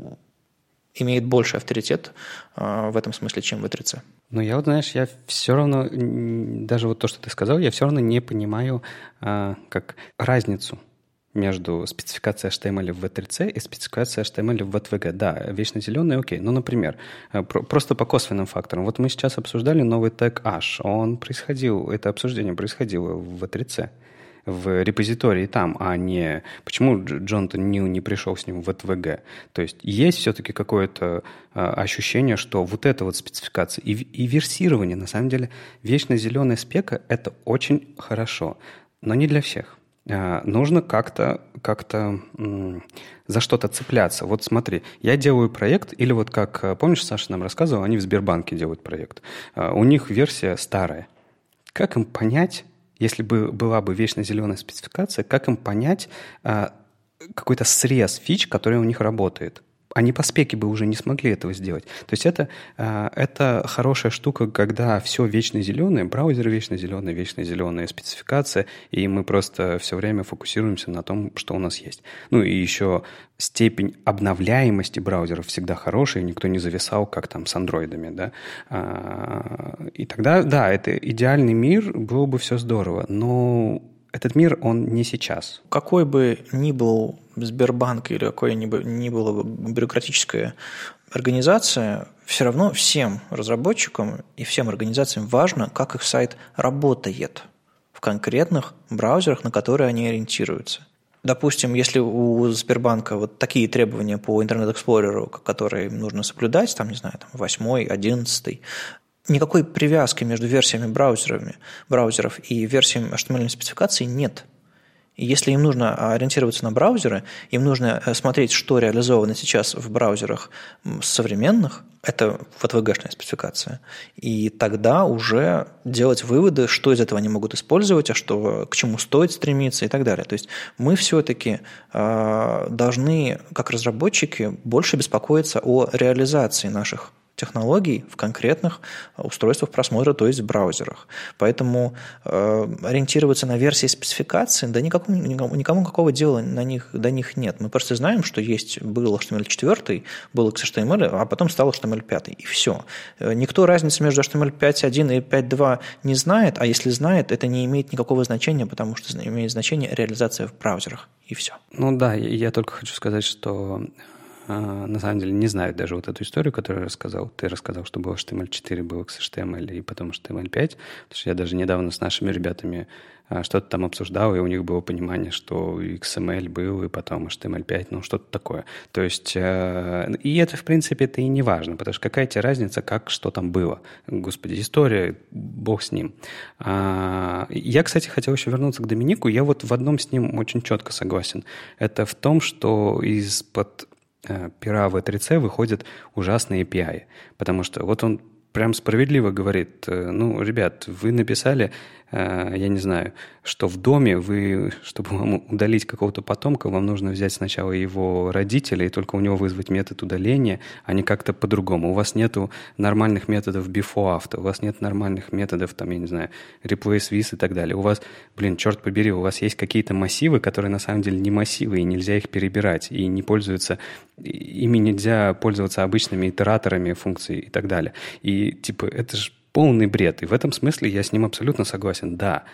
имеет больший авторитет э, в этом смысле, чем ви три си. Но я вот, знаешь, я все равно, даже вот то, что ты сказал, я все равно не понимаю э, как разницу между спецификацией эйч ти эм эл в ви три си и спецификацией эйч ти эм эл в ви ти джи. Да, вечно зеленый, окей. Ну, например, про, просто по косвенным факторам. Вот мы сейчас обсуждали новый тег Ash. Он происходил, это обсуждение происходило в ви три си. В репозитории там, а не... Почему Джонатан Нью не пришел с ним в ви ти джи? То есть есть все-таки какое-то а, ощущение, что вот эта вот спецификация и, и версирование, на самом деле, вечно зеленая спека — это очень хорошо, но не для всех. А, нужно как-то, как-то м- за что-то цепляться. Вот смотри, я делаю проект, или вот как, помнишь, Саша нам рассказывал, они в Сбербанке делают проект. А, у них версия старая. Как им понять, если бы была бы вечно зеленая спецификация, как им понять а, какой-то срез фич, который у них работает? Они по спеке бы уже не смогли этого сделать. То есть это, а, это хорошая штука, когда все вечно зеленое, браузер вечно зеленый, вечно зеленая спецификация, и мы просто все время фокусируемся на том, что у нас есть. Ну и еще степень обновляемости браузеров всегда хорошая, никто не зависал, как там с андроидами, да. А, и тогда, да, это идеальный мир, было бы все здорово, но этот мир, он не сейчас. Какой бы ни был Сбербанк или какой ни была бюрократическая организация, все равно всем разработчикам и всем организациям важно, как их сайт работает в конкретных браузерах, на которые они ориентируются. Допустим, если у Сбербанка вот такие требования по Internet Explorer, которые нужно соблюдать, там, не знаю, там, восьмой, одиннадцатый, никакой привязки между версиями браузерами, браузеров и версиями эйч ти эм эль спецификаций нет. И если им нужно ориентироваться на браузеры, им нужно смотреть, что реализовано сейчас в браузерах современных, это вот ви джи-шная спецификация, и тогда уже делать выводы, что из этого они могут использовать, а что, к чему стоит стремиться и так далее. То есть мы все-таки э, должны, как разработчики, больше беспокоиться о реализации наших технологий в конкретных устройствах просмотра, то есть в браузерах. Поэтому э, ориентироваться на версии спецификации, да никакому, никому, никому какого дела на них, до них нет. Мы просто знаем, что есть был эйч ти эм эль четыре, был икс эйч ти эм эль, а потом стал эйч ти эм эль пять, и все. Никто разницы между эйч ти эм эль пять точка один и пять точка два не знает, а если знает, это не имеет никакого значения, потому что имеет значение реализация в браузерах, и все. Ну да, я только хочу сказать, что на самом деле не знают даже вот эту историю, которую я рассказал. Ты рассказал, что был эйч ти эм эль четыре, был икс эйч ти эм эль и потом эйч ти эм эль пять. Потому что я даже недавно с нашими ребятами что-то там обсуждал, и у них было понимание, что икс эм эль был, и потом эйч ти эм эль пять, ну что-то такое. То есть, и это, в принципе, это и не важно, потому что какая тебе разница, как, что там было. Господи, история, бог с ним. Я, кстати, хотел еще вернуться к Доминику. Я вот в одном с ним очень четко согласен. Это в том, что из-под пера ви три си выходят ужасные эй пи ай, потому что вот он прям справедливо говорит, ну, ребят, вы написали, я не знаю, что в доме вы, чтобы вам удалить какого-то потомка, вам нужно взять сначала его родителей и только у него вызвать метод удаления, а не как-то по-другому. У вас нету нормальных методов before-after, у вас нет нормальных методов, там, я не знаю, replace with и так далее. У вас, блин, черт побери, у вас есть какие-то массивы, которые на самом деле не массивы, и нельзя их перебирать, и не пользуются, ими нельзя пользоваться обычными итераторами функций и так далее. И, типа, это же полный бред. И в этом смысле я с ним абсолютно согласен. Да,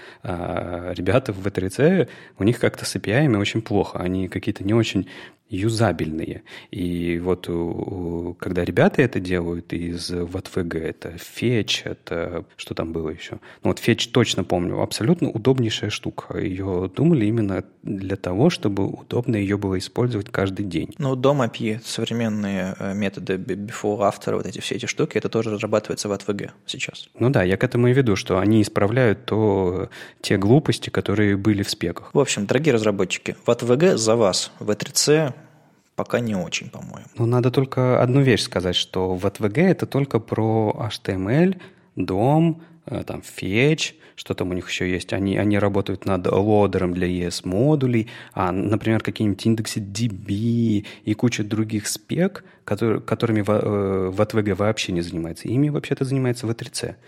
ребята в ви три си, у них как-то с эй пи ай-ами очень плохо. Они какие-то не очень юзабельные. И вот когда ребята это делают из ват ви джи, это Fetch, это что там было еще? Ну вот Fetch точно помню. Абсолютно удобнейшая штука. Ее думали именно для того, чтобы удобно ее было использовать каждый день. Ну, дом эй пи ай, современные методы before, after, вот эти все эти штуки, это тоже разрабатывается в ват ви джи сейчас. Ну да, я к этому и веду, что они исправляют то, те глупости, которые были в спеках. В общем, дорогие разработчики, ват ви джи за вас, ви три си пока не очень, по-моему. Ну, надо только одну вещь сказать, что ват ви джи это только про эйч ти эм эль, дом, там, Fetch, что там у них еще есть. Они, они работают над лодером для и эс-модулей, а, например, какие-нибудь индексы ди би и куча других спек, которые, которыми ват ви джи вообще не занимается. Ими вообще-то занимается ви три си.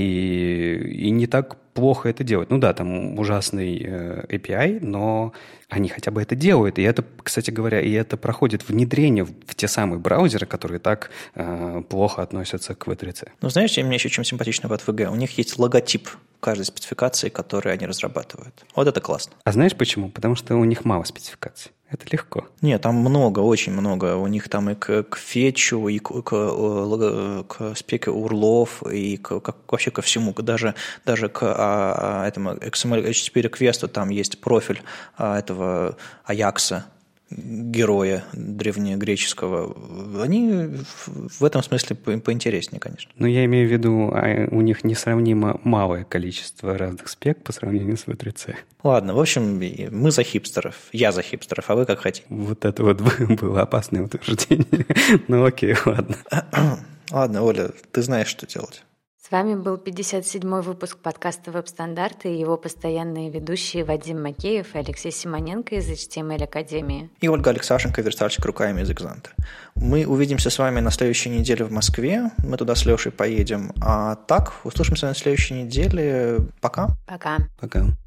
И, и не так плохо это делать. Ну да, там ужасный эй пи ай, но они хотя бы это делают. И это, кстати говоря, и это проходит внедрение в, в те самые браузеры, которые так э, плохо относятся к ви три си. Ну, знаешь, мне еще чем симпатично в ват ви джи? У них есть логотип каждой спецификации, которую они разрабатывают. Вот это классно. А знаешь почему? Потому что у них мало спецификаций. Это легко. Нет, там много, очень много. У них там и к, к фетчу, и к, к, к спеке урлов, и к, к, вообще ко всему. Даже, даже к а, а, этому икс эм эль эйч ти ти пи реквесту там есть профиль а, этого Аякса, героя древнегреческого. Они в этом смысле поинтереснее, конечно. Но я имею в виду, у них несравнимо малое количество разных спек по сравнению с ви три си. Ладно, в общем, мы за хипстеров. Я за хипстеров, а вы как хотите. Вот это вот было опасное утверждение. Ну окей, ладно. Ладно, Оля, ты знаешь, что делать. С вами был пятьдесят седьмой выпуск подкаста «Веб-стандарты» и его постоянные ведущие Вадим Макеев и Алексей Симоненко из эйч ти эм эль Академии. И Ольга Алексашенко, верстальщик руками из Экзанта. Мы увидимся с вами на следующей неделе в Москве. Мы туда с Лешей поедем. А так, услышимся на следующей неделе. Пока. Пока. Пока.